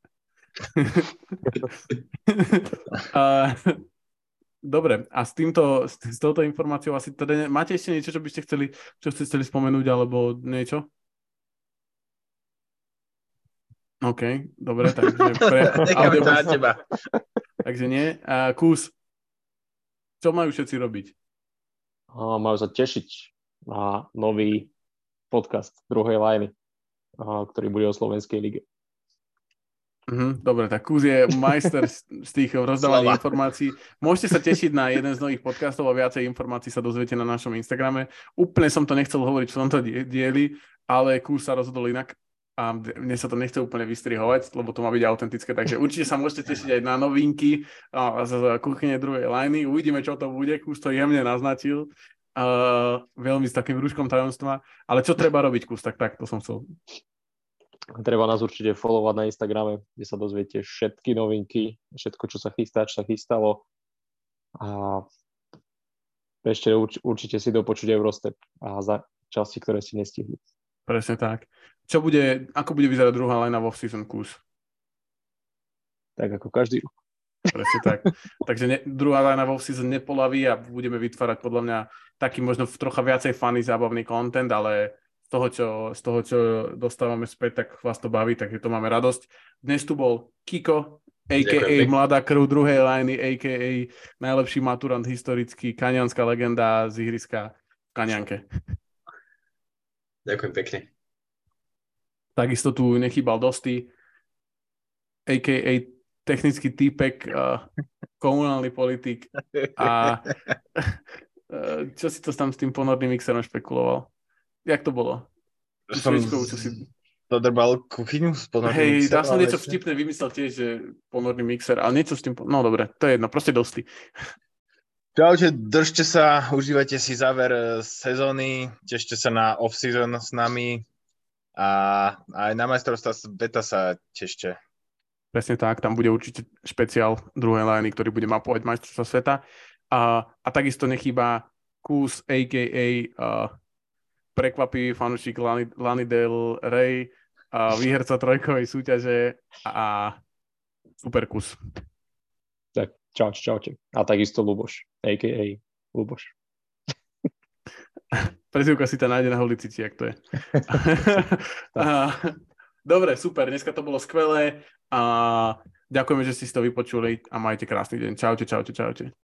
Dobre, a s touto informáciou asi teda máte ešte niečo, čo ste chceli spomenúť, alebo niečo? OK, dobre, takže takže nie. Kús, čo majú všetci robiť? Majú sa tešiť na nový podcast druhej lajny, ktorý bude o slovenskej lige. Dobre, tak Kús je majster z tých rozdávaní informácií. Môžete sa tešiť na jeden z nových podcastov a viacej informácií sa dozviete na našom Instagrame. Úplne som to nechcel hovoriť v tomto dieli, ale Kús sa rozhodol inak a mne sa to nechce úplne vystrihovať, lebo to má byť autentické, takže určite sa môžete tešiť aj na novinky z kuchyne druhej lajny. Uvidíme, čo to bude. Kús to jemne naznačil. Veľmi s takým rúškom tajomstva, ale čo treba robiť, Kus, tak to som chcel. Treba nás určite followovať na Instagrame, kde sa dozviete všetky novinky, všetko, čo sa chystá, čo sa chystalo a ešte určite si dopočuť Eurostep a za časti, ktoré si nestihli. Presne tak. Ako bude vyzerať druhá lajna vo off-season, Kus? Tak ako každý rok. Presne tak. Takže druhá lajna vo off-season nepolaví a budeme vytvárať podľa mňa taký možno trocha viacej funny, zábavný content, ale z toho, čo dostávame späť, tak vás to baví, takže to máme radosť. Dnes tu bol Kiko, a.k.a. mladá krv druhej lajny, a.k.a. najlepší maturant historický, kaňanská legenda z ihriska v Kaňanke. Ďakujem pekne. Takisto tu nechýbal Dosti, a.k.a. technický týpek, komunálny politik a čo si to tam s tým ponorným mixerom špekuloval? Jak to bolo? Som dodrbal kuchyňu s ponorným mixerom. Hej, ja som niečo vtipné vymyslel tiež, že ponorný mixer, ale niečo s tým... No dobre, to je jedno, proste Dosti. Čaute, držte sa, užívajte si záver sezóny, tešte sa na off-season s nami a aj na majstrovstvá sveta sa tešte. Presne tak, tam bude určite špeciál druhej lajny, ktorý bude mapovať majstrovstvá sveta. A takisto nechýba Kús, a.k.a. Prekvapivý fanúšik Lany Del Rey, výherca trojkovej súťaže a super Kús. Tak, čaute. A takisto Luboš, a.k.a. Luboš. Prezývka si to nájde na ulici, či jak to je. Dobre, super, dneska to bolo skvelé a ďakujeme, že ste si to vypočuli a majte krásny deň. Čaute.